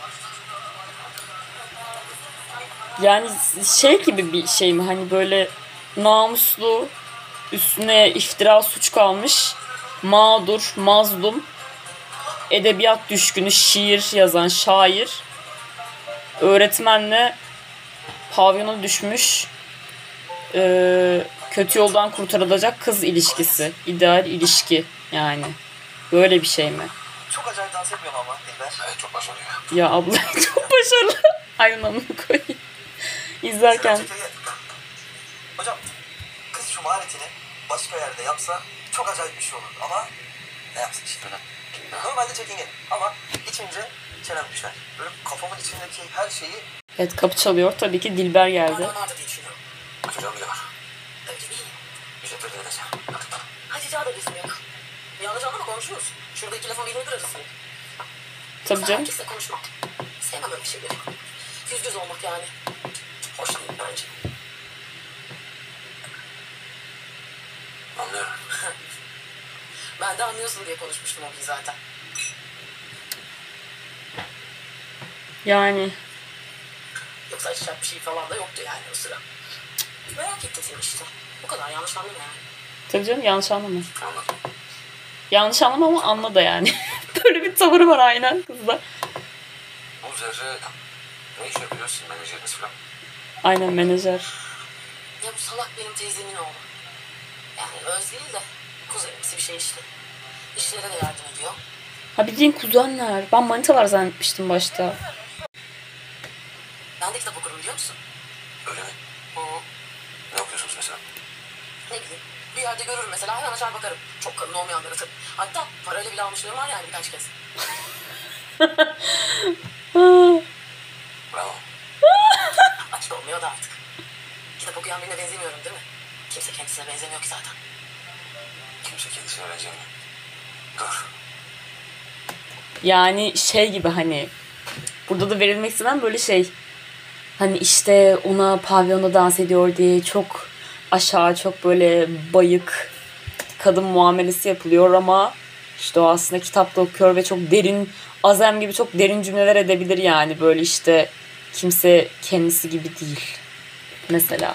Yani şey gibi bir şey mi, hani böyle namuslu, üstüne iftira suç kalmış, mağdur, mazlum, edebiyat düşkünü, şiir yazan şair öğretmenle pavyona düşmüş kötü yoldan kurtarılacak kız ilişkisi. İdeal ilişki yani. Böyle bir şey mi? Çok acayip dans etmiyor mu ama Dilber? Evet, çok başarılı ya. Ya abla çok başarılı. Aynen onu koyayım. İzlerken. Hocam kız şu maharetini başka yerde yapsa çok acayip bir şey olur ama ne yapsın işte. Normalde çekingen ama içince çenem düşer. Böyle kafamın içindeki her şeyi Evet, kapı çalıyor. Tabii ki Dilber geldi. Bana vardı diye düşünüyorum. Hocam bile var. Öyle değil. Bize tırdı edeceğim. Hadi daha da lüzum yok. Yanlış anlama komşuyuz. Şurada iki lafın birini durarız. Tabii canım. Herkesle konuşmak. Sevmem öyle şeyleri. Yüz göz olmak yani. Hoş değil bence. Anlıyorum. Ben de anlıyorsun diye konuşmuştum o gün zaten. Yani Yoksa açacak bir şey falan da yoktu yani o sıra. Merak ettim seni işte. Bu kadar yanlış anlama yani. tabii canım, yanlış anlama. Anladım. Yanlış anlama ama anla da yani. Böyle bir tavırı var aynen kızda. Bu Zerre ne iş yapıyorsun, menajeriniz falan? Aynen, menajer. Ya bu salak benim teyzemin oğlu. Yani öz değil de kuzenimsi bir şey işte. İşlere de yardım ediyor. Ha, bildiğin kuzenler. Ben manita var zannetmiştim başta. Ben de kitap okurum biliyor musun? Öyle mi? Hı. Ne okuyorsunuz mesela? Ne bileyim. Bir yerde görürüm mesela hemen açar bakarım. Çok kalın olmayanları tabii. Hatta parayla bile almışlığım var yani birkaç kez. Bravo. Açık olmuyor da artık. Kitap okuyan birine benzemiyorum değil mi? Kimse kendisine benzemiyor ki zaten. Kimse kendisine benzemiyor. Dur. Yani şey gibi, hani burada da verilmek istenen böyle şey. Hani işte ona pavyonda dans ediyor diye çok aşağı, çok böyle bayık kadın muamelesi yapılıyor ama işte o aslında kitapta okuyor ve çok derin, Azem gibi çok derin cümleler edebilir yani, böyle işte kimse kendisi gibi değil mesela.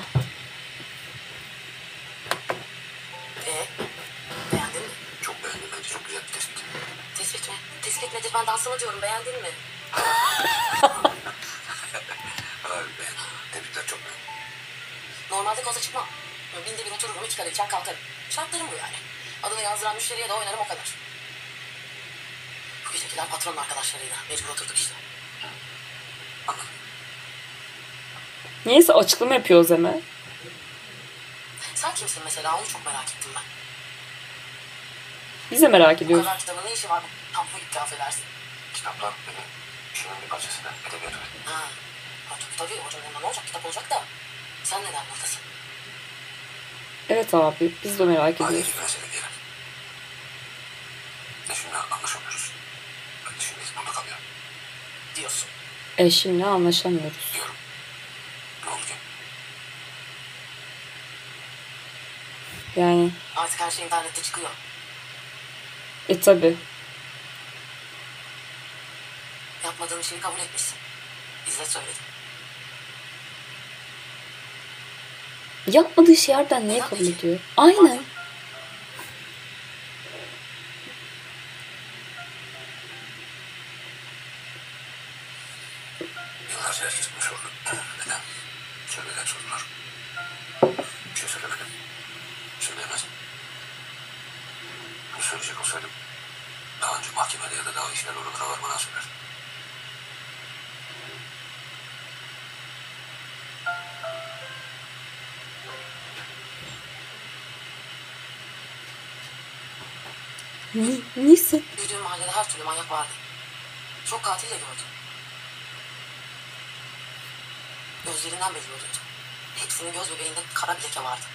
Beğendin mi? Çok beğendim, bence çok güzel bir tespit. Tespit mi? Tespit nedir? Ben dansını diyorum. Beğendin mi? Harbi beğendim. Tebrikler, çok beğendim. Normalde koza çıkmam. Binde bir otururum, iki kere içer kalkarım. Şartlarım bu yani. Adını yazdıran müşteriye de oynarım o kadar. Bu gecekiler patronun arkadaşlarıyla. Mecbur oturduk işte. Niyeyse açıklama yapıyor Ozem'e. Sen kimsin mesela? Onu çok merak ettim ben. Biz de merak Bu ediyoruz. kadar kitabın ne işi var? Tam bu iddia affedersin. Kitaplar benim işimin bir parçası da edebiyat öyle. Ha. Tabii hocanın yanında ne olacak? Kitap olacak da. Sen neden buradasın? Evet abi, biz de merak ediyoruz. Ailevi mesele diyelim. Eşimle anlaşamıyoruz. Ben de şimdi burada kalıyorum. Diyorsun. Eşimle anlaşamıyoruz. Diyorum. Ne oldu ki? Yani Artık her şey internette çıkıyor. tabi. Yapmadığın şeyi kabul etmişsin. İzzet söyledi. Yapmadığı şey yerden niye kabul ediyor? Aynen. Yıllarca herkes bunu sordu. Neden? Söyleden sordular. Bir şey söylemedim. Söyleyemezdim. Bunu söyleyecek olsaydım daha önce mahkemede ya da daha işler oralara varmadan söylerdim. Neyse. Büyüdüğüm mahallede her türlü manyak vardı. Çok katil de gördüm. Gözlerinden belli oluyordu. Hepsinin göz bebeğinde kara bir leke vardı.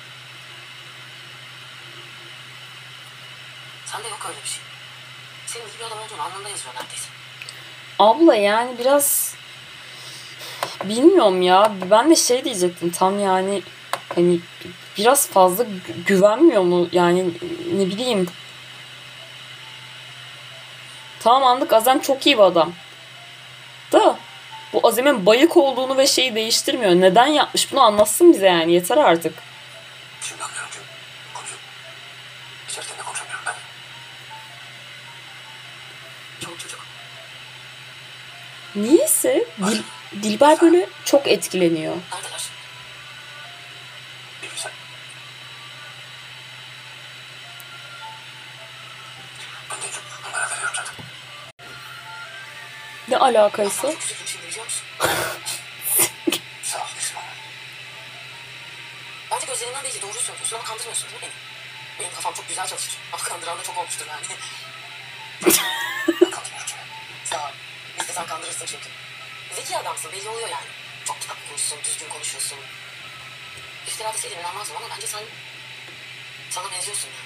Sende yok öyle bir şey. Senin iyi bir adam olduğunu alnında yazıyor neredeyse. Abla yani biraz bilmiyorum ya. Ben de şey diyecektim tam, yani hani biraz fazla güvenmiyor mu? Yani ne bileyim. Tamam, anladık, Azem çok iyi bir adam. Da bu Azem'in bayık olduğunu ve şeyi değiştirmiyor. Neden yapmış bunu anlatsın bize yani. Yeter artık. Şimdi anlıyorum ki konuyu içerken de konuşamıyorum ben. Çok çocuk. Niyeyse Dilber böyle çok etkileniyor. Neredeler? Bunlara veriyorum zaten. Ne alakaysa? Çok üzüldüm şimdi biliyor musun? Sağ ol Esma. Bence gözlerinden belli doğruyu söylüyorsun ama kandırmıyorsun değil mi beni? Benim kafam çok güzel çalışır. Ama kandıran da çok olmuştur yani. Ben kandırmıyorum seni. Sağ ol. İstesen kandırırsın çünkü. Zeki adamsın belli oluyor yani. Çok kitap okumuşsun, düzgün konuşuyorsun. İftira deseydim inanmazdım ama bence sen... Sana benziyorsun yani.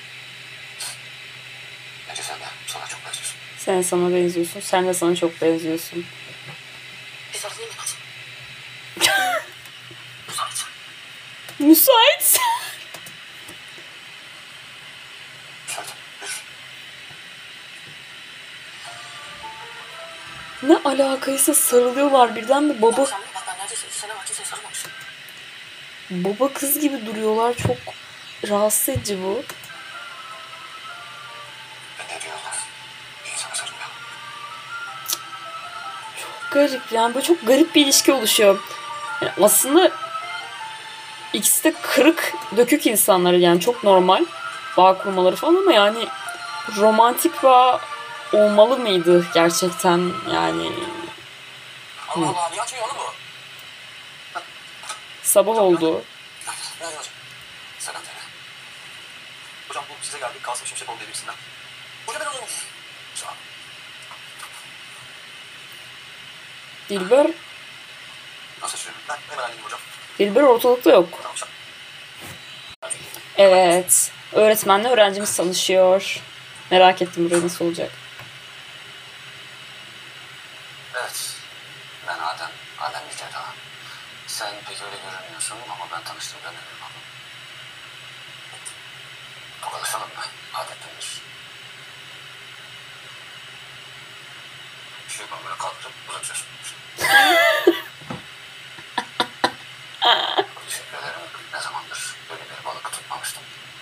Bence sen de sana çok benziyorsun. Sen sana benziyorsun. Sen de sana çok benziyorsun. Bir sarılayım ben hadi. Uzat. Müsait. Müsaade. Buyur. Ne alakaysa sarılıyorlar birden de baba Sen bak ben neredeyse 2 sene var kimseye sarılmamışım. baba kız gibi duruyorlar. Çok rahatsız edici bu. Ben de diyorum. Bir insana sarılmıyor. Garip yani böyle çok garip bir ilişki oluşuyor. Yani aslında ikisi de kırık dökük insanlar yani çok normal bağ kurmaları falan ama yani romantik bağ olmalı mıydı gerçekten yani Allah Allah niye açmıyor oğlum bu? sabah oldu. Günaydın hocam. Selam söyle. Hocam bu size geldik. Kasım Şimşekoğlu diye birisinden. Hocam ben olayım. Sağ ol. Dilber Nasıl açıyorum? Ben hemen halledeyim hocam. Dilber ortalıkta yok. Tamam hocam. Evet. Öğretmenle öğrencimiz tanışıyor. Merak ettim burası nasıl olacak. Evet. Ben Adem. Adem Yüceda. Sen pek öyle görünmüyorsun ama ben tanıştığımda ne bilmem. Tokalaşalım mı? Adettendir. Şey böyle kalktım, uzatıyorsun. Teşekkür ederim. Ne zamandır böyle bir balık tutmamıştım.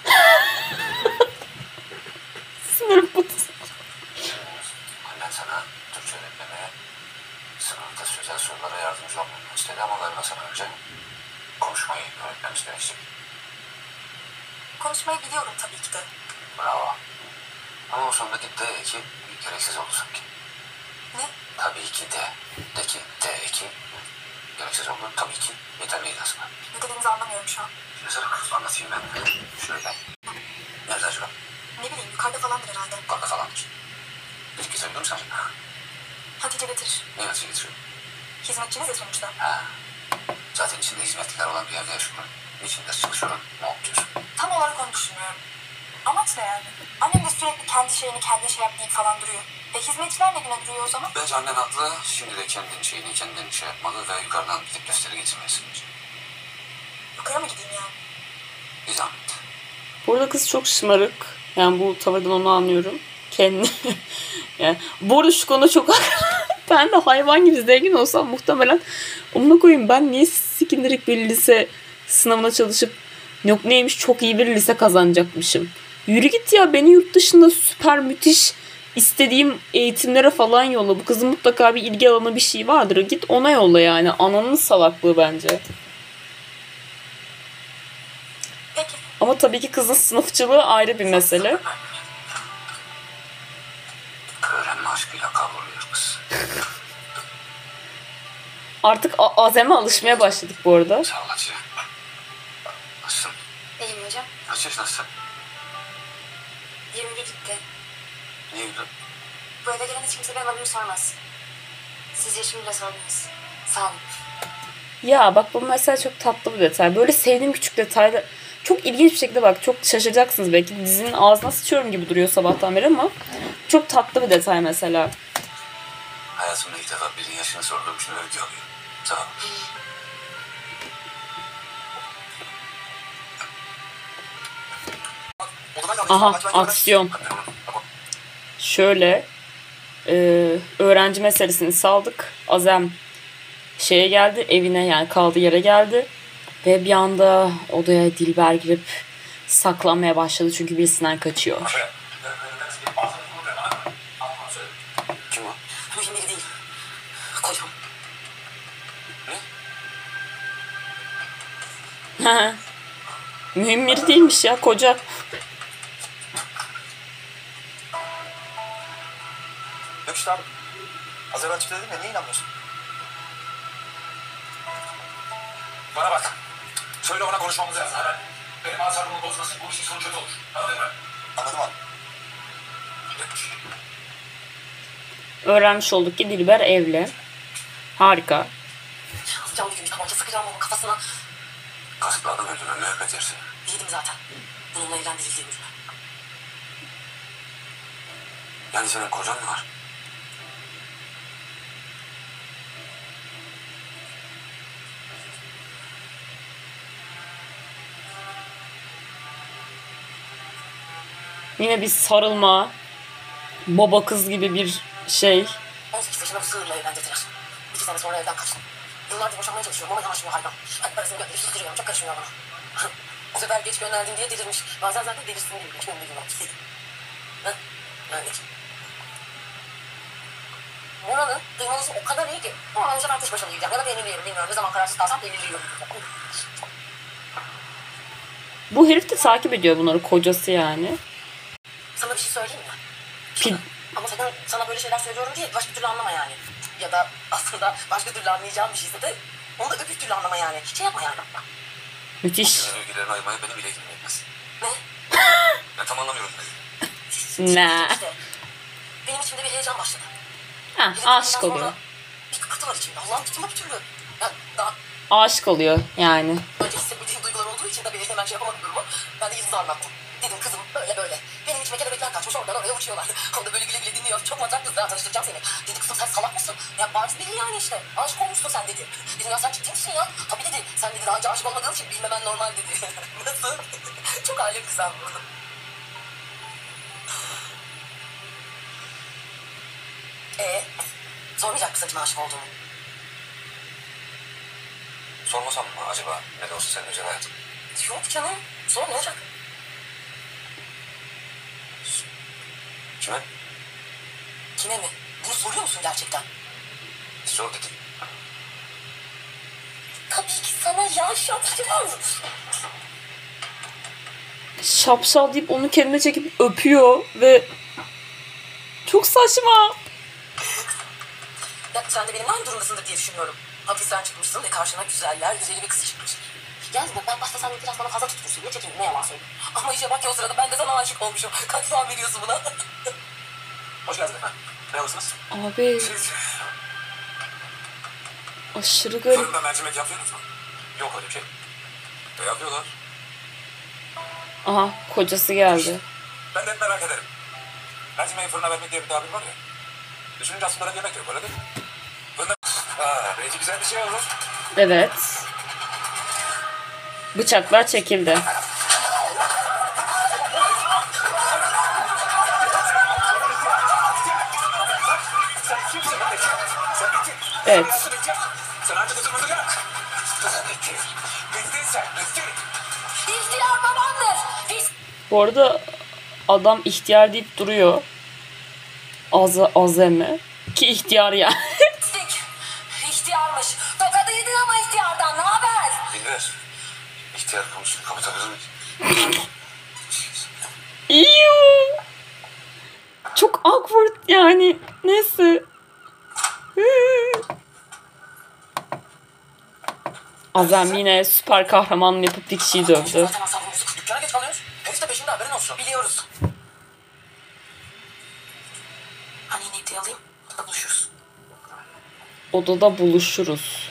Sinirim bozuldu. Annen sana Türkçe öğretmeye, sınıfta sözel sorulara yardımcı olmamı istedi ama galiba sana önce konuşmayı öğretmemiz gerekecek. Konuşmayı biliyorum tabii ki de. Bravo. Ama o sondaki D eki gereksiz oldu sanki. Ne? Tabii ki de ki D eki gereksiz oldu. Tabii ki yeterliydi aslında. Ne dediğinizi anlamıyorum şu an. Mesela anlatayım ben. Şöyle. Nerede acaba? Ne bileyim yukarıda falandır herhalde. Yukarıda falandır. Bir iki sayılır mı sence? Hatice getirir. Ne yazı getiriyor? Hizmetçiniz ya sonuçta. Ha. Zaten içinde hizmetliler olan bir yerde yaşıyorum. Niçin ders çalışıyorum? Ne yapıyorsun? Tam olarak onu düşünmüyorum. Amaç ne yani? Annem de sürekli kendi şeyini kendin şey yap deyip falan duruyor. Hizmetçiler ne güne duruyor o zaman? Bence annen haklı. Şimdi de kendin şeyini kendin şey yapmalı ve yukarıdan gidip gösteri getirmelisin. Yukarı mı gideyim yani? Bir zahmet. Bu arada kız çok şımarık. Yani bu tavırdan onu anlıyorum. Kendi yani bu arada şu konuda çok ben de hayvan gibi zengin olsam muhtemelen onunla koyayım ben niye sikindirik bir lise sınavına çalışıp yok neymiş çok iyi bir lise kazanacakmışım. Yürü git ya beni yurt dışında süper müthiş istediğim eğitimlere falan yolla. Bu kızın mutlaka bir ilgi alanı bir şey vardır. Git ona yolla yani. Ananın salaklığı bence. Peki. Ama tabii ki kızın sınıfçılığı ayrı bir mesele. Öğrenme aşkıyla kavruluyor kız. Artık Azem'e alışmaya başladık bu arada. Sağ ol Hatice. Nasılsın? İyiyim hocam. Kaç yaşındasın? 21 gitti. Niye güldün? Bu eve gelen hiç kimse benim adımı sormaz. Siz yaşımı bile sormayız. Sağ olun. Ya bak bu mesela çok tatlı bir detay. Böyle sevdiğim küçük detaylar. Çok ilginç bir şekilde bak çok şaşıracaksınız belki. Dizinin ağzına sıçıyorum gibi duruyor sabahtan beri ama çok tatlı bir detay mesela. Hayatımda ilk defa birinin yaşını sorduğum için övgü alıyorum. Sağ ol. Odadan kaldık. Aha Kaç, ben yukarıdan- aksiyon. Şöyle öğrenci meselesini saldık. Azem şeye geldi evine yani kaldığı yere geldi. Ve bir anda odaya Dilber girip saklanmaya başladı çünkü birisinden kaçıyor. Kim o? Mühim biri değil. Kocam. Mühim biri değilmiş ya koca. Yok işte abi. Az evvel çıktı dedim ya, niye inanmıyorsun? Bana bak. Söyle ona konuşmamızı yaz. Hemen. Benim asabımı bozmasın. Bu işin sonu kötü olur. Anladın mı? Anladım abi. Öğrenmiş olduk ki Dilber evli. Harika. Alacağım bir gün bir tabanca sıkacağım onun kafasına. Kasıtlı adam öldüren müebbet yersin. Yedim zaten. Bununla evlendirildiğim yüzüne. Yani senin kocan mı var? Yine bir sarılma. Baba kız gibi bir şey. 18 yaşında bir sığırla evlendirdiler. 2 sene sonra evden kaçtım. Yıllardır boşanmaya çalışıyorum ama yanaşmıyor hayvan. Hadi parasını gönderip susturuyorum. Çok karışmıyor bana. Bu sefer geç gönderdim diye delirmiş. Bazen zaten delirsin gibi. Hiç memnun değilim. Öyle. Mona'nın kıymalısı o kadar iyi ki. Ama bu sefer kuş başına yiyeceğim. Ya da peynirli yerim bilmiyorum. Ne zaman kararsız kalsam peynirli yiyorum. Bu herif de takip ediyor bunları, kocası yani. Sana bir şey söyleyeyim mi? Pil. Ama sakın sana böyle şeyler söylüyorum diye başka türlü anlama yani. Ya da aslında başka türlü anlayacağım bir şeyse de onu da öbür türlü anlama yani. Şey yapma yani. Müthiş. Senin övgülerini aymaya benim bile ilgim yetmez. Ne? Ben tam anlamıyorum. Ne? İşte benim içimde bir heyecan başladı. Ha, Heyecandan aşık sonra oluyor. Bir kıpırtı var içimde. Allah'ım tutma bir türlü. Yani daha Aşık oluyor yani. önce hissetmediğim duygular olduğu için tabii hemen şey yapamadım durumu. Ben de Yıldız'a anlattım. Dedim kızım böyle böyle. Benim içime kelebekler kaçmış oradan oraya uçuyorlar. O da böyle güle güle dinliyor. Çok matrak kız, daha tanıştıracağım seni. Dedi kızım sen salak mısın? Ya bariz değil yani işte. Aşık olmuşsun sen dedi. Dedim ya sen ciddi misin ya? Tabii dedi. Sen dedi daha önce aşık olmadığın için bilmemen normal dedi. Nasıl? Çok alem güzel bu. Sormayacak mısın kime aşık olduğumu? Sormasam mı acaba? Ne de olsa senin özel hayatın. Yok canım. Sor ne olacak? Kime? Kime mi? Bunu soruyor musun gerçekten? Sor dedim. Tabii ki sana ya şapşal. Şapşal deyip onu kendine çekip öpüyor ve çok saçma. Ya sen de benim aynı durumdasındır diye düşünüyorum. Hapisten çıkmışsın ve karşına güzeller, güzeli bir kız çıkmış. Yani ben başta sen biraz bana fazla tutmuşsun. Ne çekindim, ne yalan söyleyeyim. Ama işe bak ya o sırada ben de sana aşık olmuşum. Kaç puan veriyorsun buna? Hoş geldin efendim. Ne alırsınız? Abi Siz aşırı garip. fırında mercimek yapıyorsunuz mu? Yok öyle bir şey. Yapıyorlar. Aha, kocası geldi. Ben de hep merak ederim. Mercimeği fırına vermek diye bir tabir var ya. Düşününce aslında öyle yemek yok, öyle değil mi? Fırında... Belki güzel bir şey olur. Evet. Bıçaklar çekildi. Evet. Sen artık oturmadın ya. Bittin sen, bittin. İhtiyar babandır. Bu arada adam ihtiyar deyip duruyor. Azeme. Ki ihtiyar yani. Pislik. İhtiyarmış. Tokadıydı ama ihtiyardan. Ne haber? Dinler. İhtiyar konusunu kapatabilir miyiz? İyiyim. Çok awkward yani. Neyse. Azem yine süper kahraman yapıp bir kişiyi dövdü. Zaten asabım bozuk. Dükkana geç kalıyoruz. Herif de peşinde, haberin olsun. Biliyoruz. Hani niyeti alayım. Burada buluşuruz. Odada buluşuruz.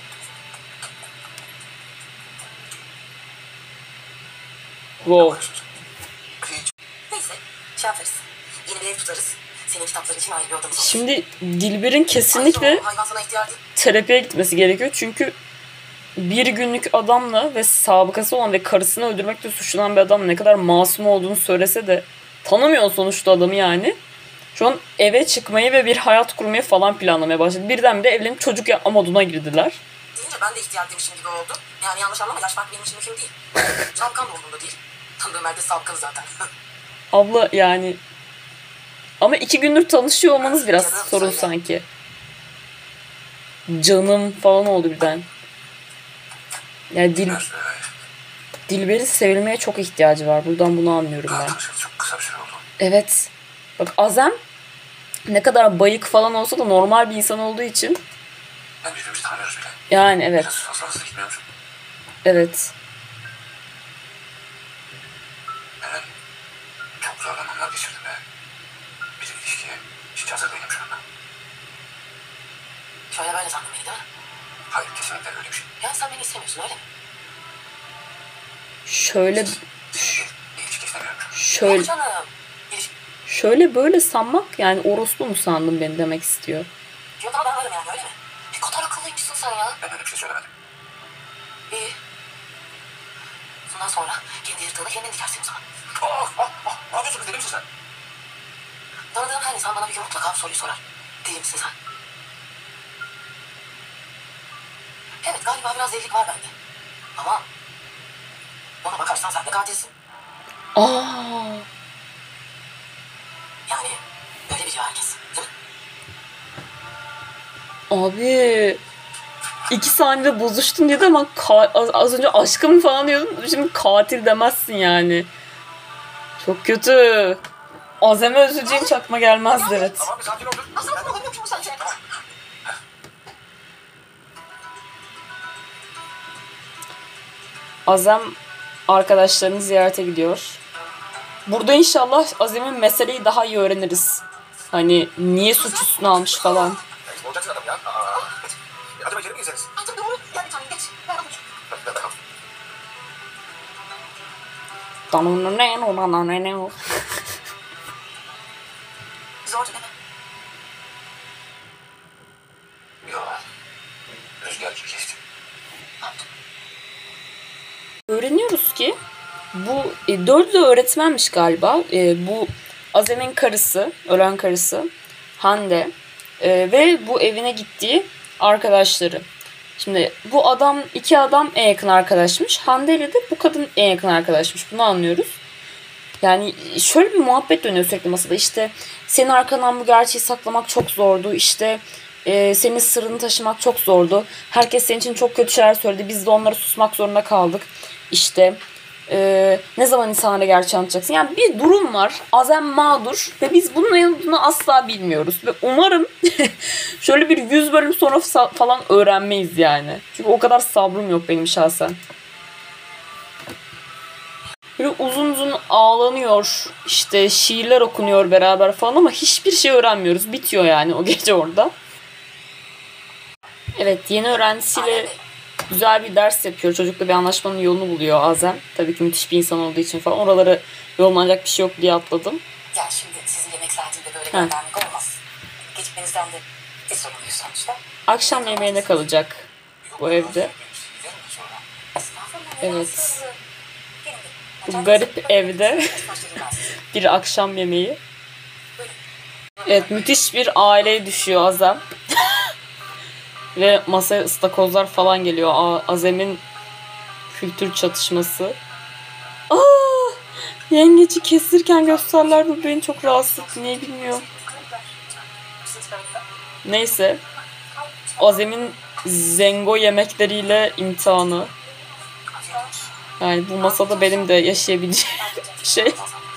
Wow. Neyse. Şey yaparız. Yeni bir ev tutarız. Senin kitapların için ayrı bir odamız olur. Şimdi Dilber'in kesinlikle Ayrıca o hayvan sana ihtiyar değil. terapiye gitmesi gerekiyor. Çünkü bir günlük adamla ve sabıkası olan ve karısını öldürmekle suçlanan bir adam ne kadar masum olduğunu söylese de tanımıyor sonuçta adamı yani. Şu an eve çıkmayı ve bir hayat kurmayı falan planlamaya başladı. Birdenbire evlenip çocuk yapma moduna girdiler. Deyince ben de ihtiyar demişim gibi oldu. Yani yanlış anlama, yaş farkı benim için mühim değil. Sabıkan da umurumda değil. Tanıdığım herkes sabıkalı zaten. Abla yani ama 2 gündür tanışıyor olmanız biraz Canım, sorun söyle. sanki. Canım falan oldu birden. Yani Dilber'in sevilmeye çok ihtiyacı var. Buradan bunu anlıyorum ben. Çok kısa bir süre oldu. Evet. Bak Azem ne kadar bayık falan olsa da normal bir insan olduğu için. Ben birbirimizi tanımıyoruz bile. Yani evet. Biraz fazla hızlı gitmiyor musun? Evet. Ben çok zor zamanlar geçirdim ve bir ilişkiye hiç hazır değilim şu anda. Şöyle böyle sandın beni değil mi? Hayır, kesinlikle öyle bir şey. Yani sen beni istemiyorsun öyle mi? Şöyle Bir ilişki istemiyorum. şöyle Yok canım. İlişki şöyle böyle sanmak, yani orospu mu sandın beni demek istiyor. yok ama ben varım yani öyle mi? Ne kadar akıllıymışsın sen ya. Ben öyle bir şey söylemedim. İyi. Bundan sonra kendi yırtığını kendin dikersin o zaman. Ne yapıyorsun? Deli misin sen? Tanıdığım her insan bana bir gün mutlaka bu soruyu sorar. Deli misin sen? Evet galiba biraz delilik var bende. Ama ona bakarsan sen de katilsin. Aa, Yani öyle biliyor herkes. Değil mi? abi 2 saniyede bozuştun dedi ama az önce aşkım falan diyordun. Şimdi katil demezsin yani. Çok kötü. Azem'e üzüleceğim hiç aklıma gelmezdi, evet. Tamam bir sakin ol. Nasıl yapalım ki bu sence? Azem arkadaşlarını ziyarete gidiyor. Burada inşallah Azem'in meseleyi daha iyi öğreniriz. Hani niye suç üstüne almış falan. Kim olacaksın adam ya? Acaba içeri mi girseniz? Artık doğru. Gel bir tane geç. Ver avuç. Ben bakalım. Zordu değil mi? Yok. Rüzgar gibi geçti. Öğreniyoruz ki bu dördü de öğretmenmiş galiba. Bu Azem'in karısı, ölen karısı Hande ve bu evine gittiği arkadaşları. Şimdi bu adam, iki adam en yakın arkadaşmış. Hande ile de bu kadın en yakın arkadaşmış. Bunu anlıyoruz. Yani şöyle bir muhabbet dönüyor sürekli masada. İşte senin arkandan bu gerçeği saklamak çok zordu. İşte senin sırrını taşımak çok zordu. Herkes senin için çok kötü şeyler söyledi. Biz de onlara susmak zorunda kaldık. İşte ne zaman insanlara gerçeği anlatacaksın? Yani bir durum var. Azem mağdur ve biz bunun ne olduğunu asla bilmiyoruz. Ve umarım şöyle bir 100 bölüm sonra falan öğrenmeyiz yani. Çünkü o kadar sabrım yok benim şahsen. Böyle uzun uzun ağlanıyor, işte şiirler okunuyor beraber falan ama hiçbir şey öğrenmiyoruz. Bitiyor yani o gece orada. Evet, yeni öğrencisiyle güzel bir ders yapıyor. Çocukla bir anlaşmanın yolunu buluyor Azem. Tabii ki müthiş bir insan olduğu için falan. Oraları yollanacak bir şey yok diye atladım. Ya şimdi sizin yemek saatinde böyle göndermek olmaz. Gecikmenizden de bir sorumluyuz sonuçta. Akşam yemeğine kalacak bu evde. Estağfurullah. Evet. Bu garip evde bir akşam yemeği. Evet, müthiş bir aileye düşüyor Azem. Ve masaya ıstakozlar falan geliyor. Azem'in kültür çatışması. Yengeci kesirken gösterler, bu beni çok rahatsız etti. Niye bilmiyorum. Neyse. Azem'in zengo yemekleriyle imtihanı. Yani bu masada benim de yaşayabileceğim şey.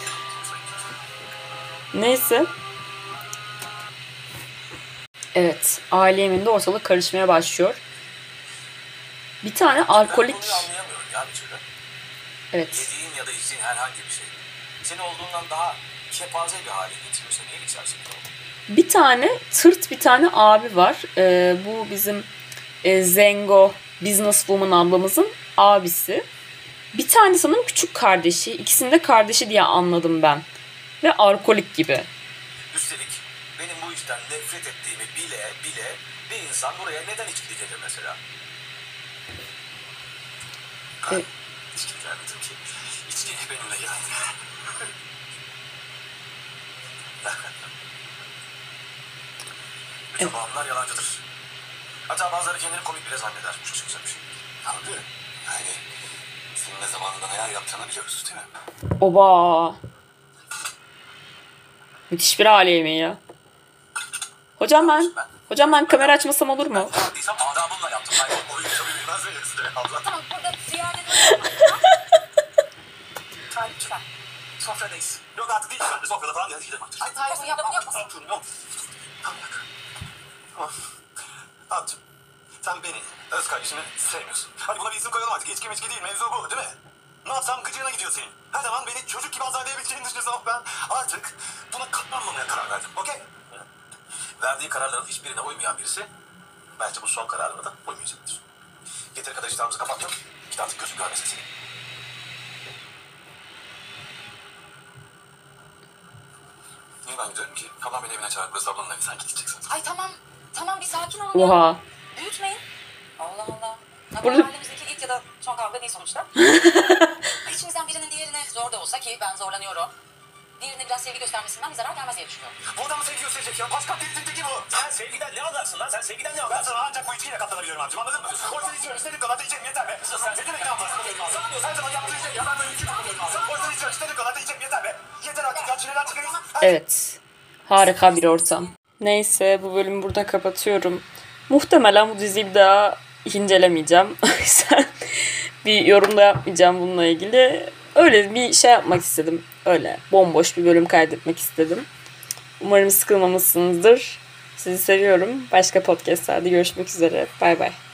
Neyse. Evet. Aile yemeğinde ortalık karışmaya başlıyor. Bir tane alkolik... Ben konuyu anlayamıyorum ya bir türlü. Evet. Yediğin ya da içtiğin herhangi bir şey seni olduğundan daha kepaze bir hale getiriyorsa niye geçersin? Bir tane tırt bir tane abi var. Bu bizim Zengo Businesswoman ablamızın abisi. Bir tane sanırım küçük kardeşi. İkisini de kardeşi diye anladım ben. Ve alkolik gibi. Üstelik benim bu işten nefret ettiğimi bile bir insan buraya neden içki gelir mesela? Evet. İçki gelmedim ki. İçki benimle geldi. Bütün bağımlar yalancıdır. Hatta bazıları kendini komik bile zanneder. Bu çok güzel bir şey. Abi yani senin ne zamanında neler yaptığını biliyoruz değil mi? Oba. Müthiş bir aile yemeği ya. Hocam ben kamera açmasam olur mu? Yaptıysam adamımla yaptım. Hayır, oyun tabii bilmez miyiz? Abla. Tamam burada ziyade Lütfen. Sofradayız. Yok artık değil. Ben de sofrada falan ya gidelim artık. Ay Tahir bunu yapma. Oturun yok. Tamam yak. Tamam. Abicim sen beni, öz kardeşini sevmiyorsun. Hadi buna bir isim koyalım artık. İçki miçki değil, mevzu bu değil mi? Ne yapsam gıcığına gidiyor senin. Her zaman beni çocuk gibi azarlayabileceğini düşünüyorsun ama ben artık buna katlanmamaya karar verdim. Okey? Verdiği kararların hiçbirine uymayan birisi bence bu son kararına da uymayacaktır. Yeteri kadar iştahımızı kapattım. Git artık gözüm görmesin seni. Niye ben gidiyorum ki? Ablam beni evine çağırıp burası ablanın evi. Sen gideceksin. Ay tamam bir sakin olun. ya. Oha. Büyütmeyin. Allah Allah. Ya, Burada- bu mahallemizdeki ilk ya da son kavga değil sonuçta. İçimizden birinin diğerine zor da olsa ki ben zorlanıyorum. Diğerine biraz sevgi göstermesinden bir zarar gelmez diye düşünüyorum. Bu adamı sevgi gösterecek ya. Başka delirtecek ki bu. Sen sevgiden ne anlarsın lan? Sen sevgiden ne anlarsın? Ben sana ancak bu içkiyle katlanabiliyorum abicim, anladın mı? Ortada içiyorum. İstediğim kadar da içerim, yeter be. Ne demek ne anlarsın? Her zaman yaptığın şey ya. Ben böyle hüküm alıyorum. Ortada içiyorum. İstediğim kadar da içerim, yeter be. Yeter artık ya. Çileden çıkarıyorsun. Evet. Harika bir ortam. Neyse bu bölümü burada kapatıyorum. Muhtemelen bu diziyi bir daha incelemeyeceğim. O yüzden bir yorum da yapmayacağım bununla ilgili. Öyle bir şey yapmak istedim. Öyle bomboş bir bölüm kaydetmek istedim. Umarım sıkılmamışsınızdır. Sizi seviyorum. Başka podcastlerde görüşmek üzere. Bay bay.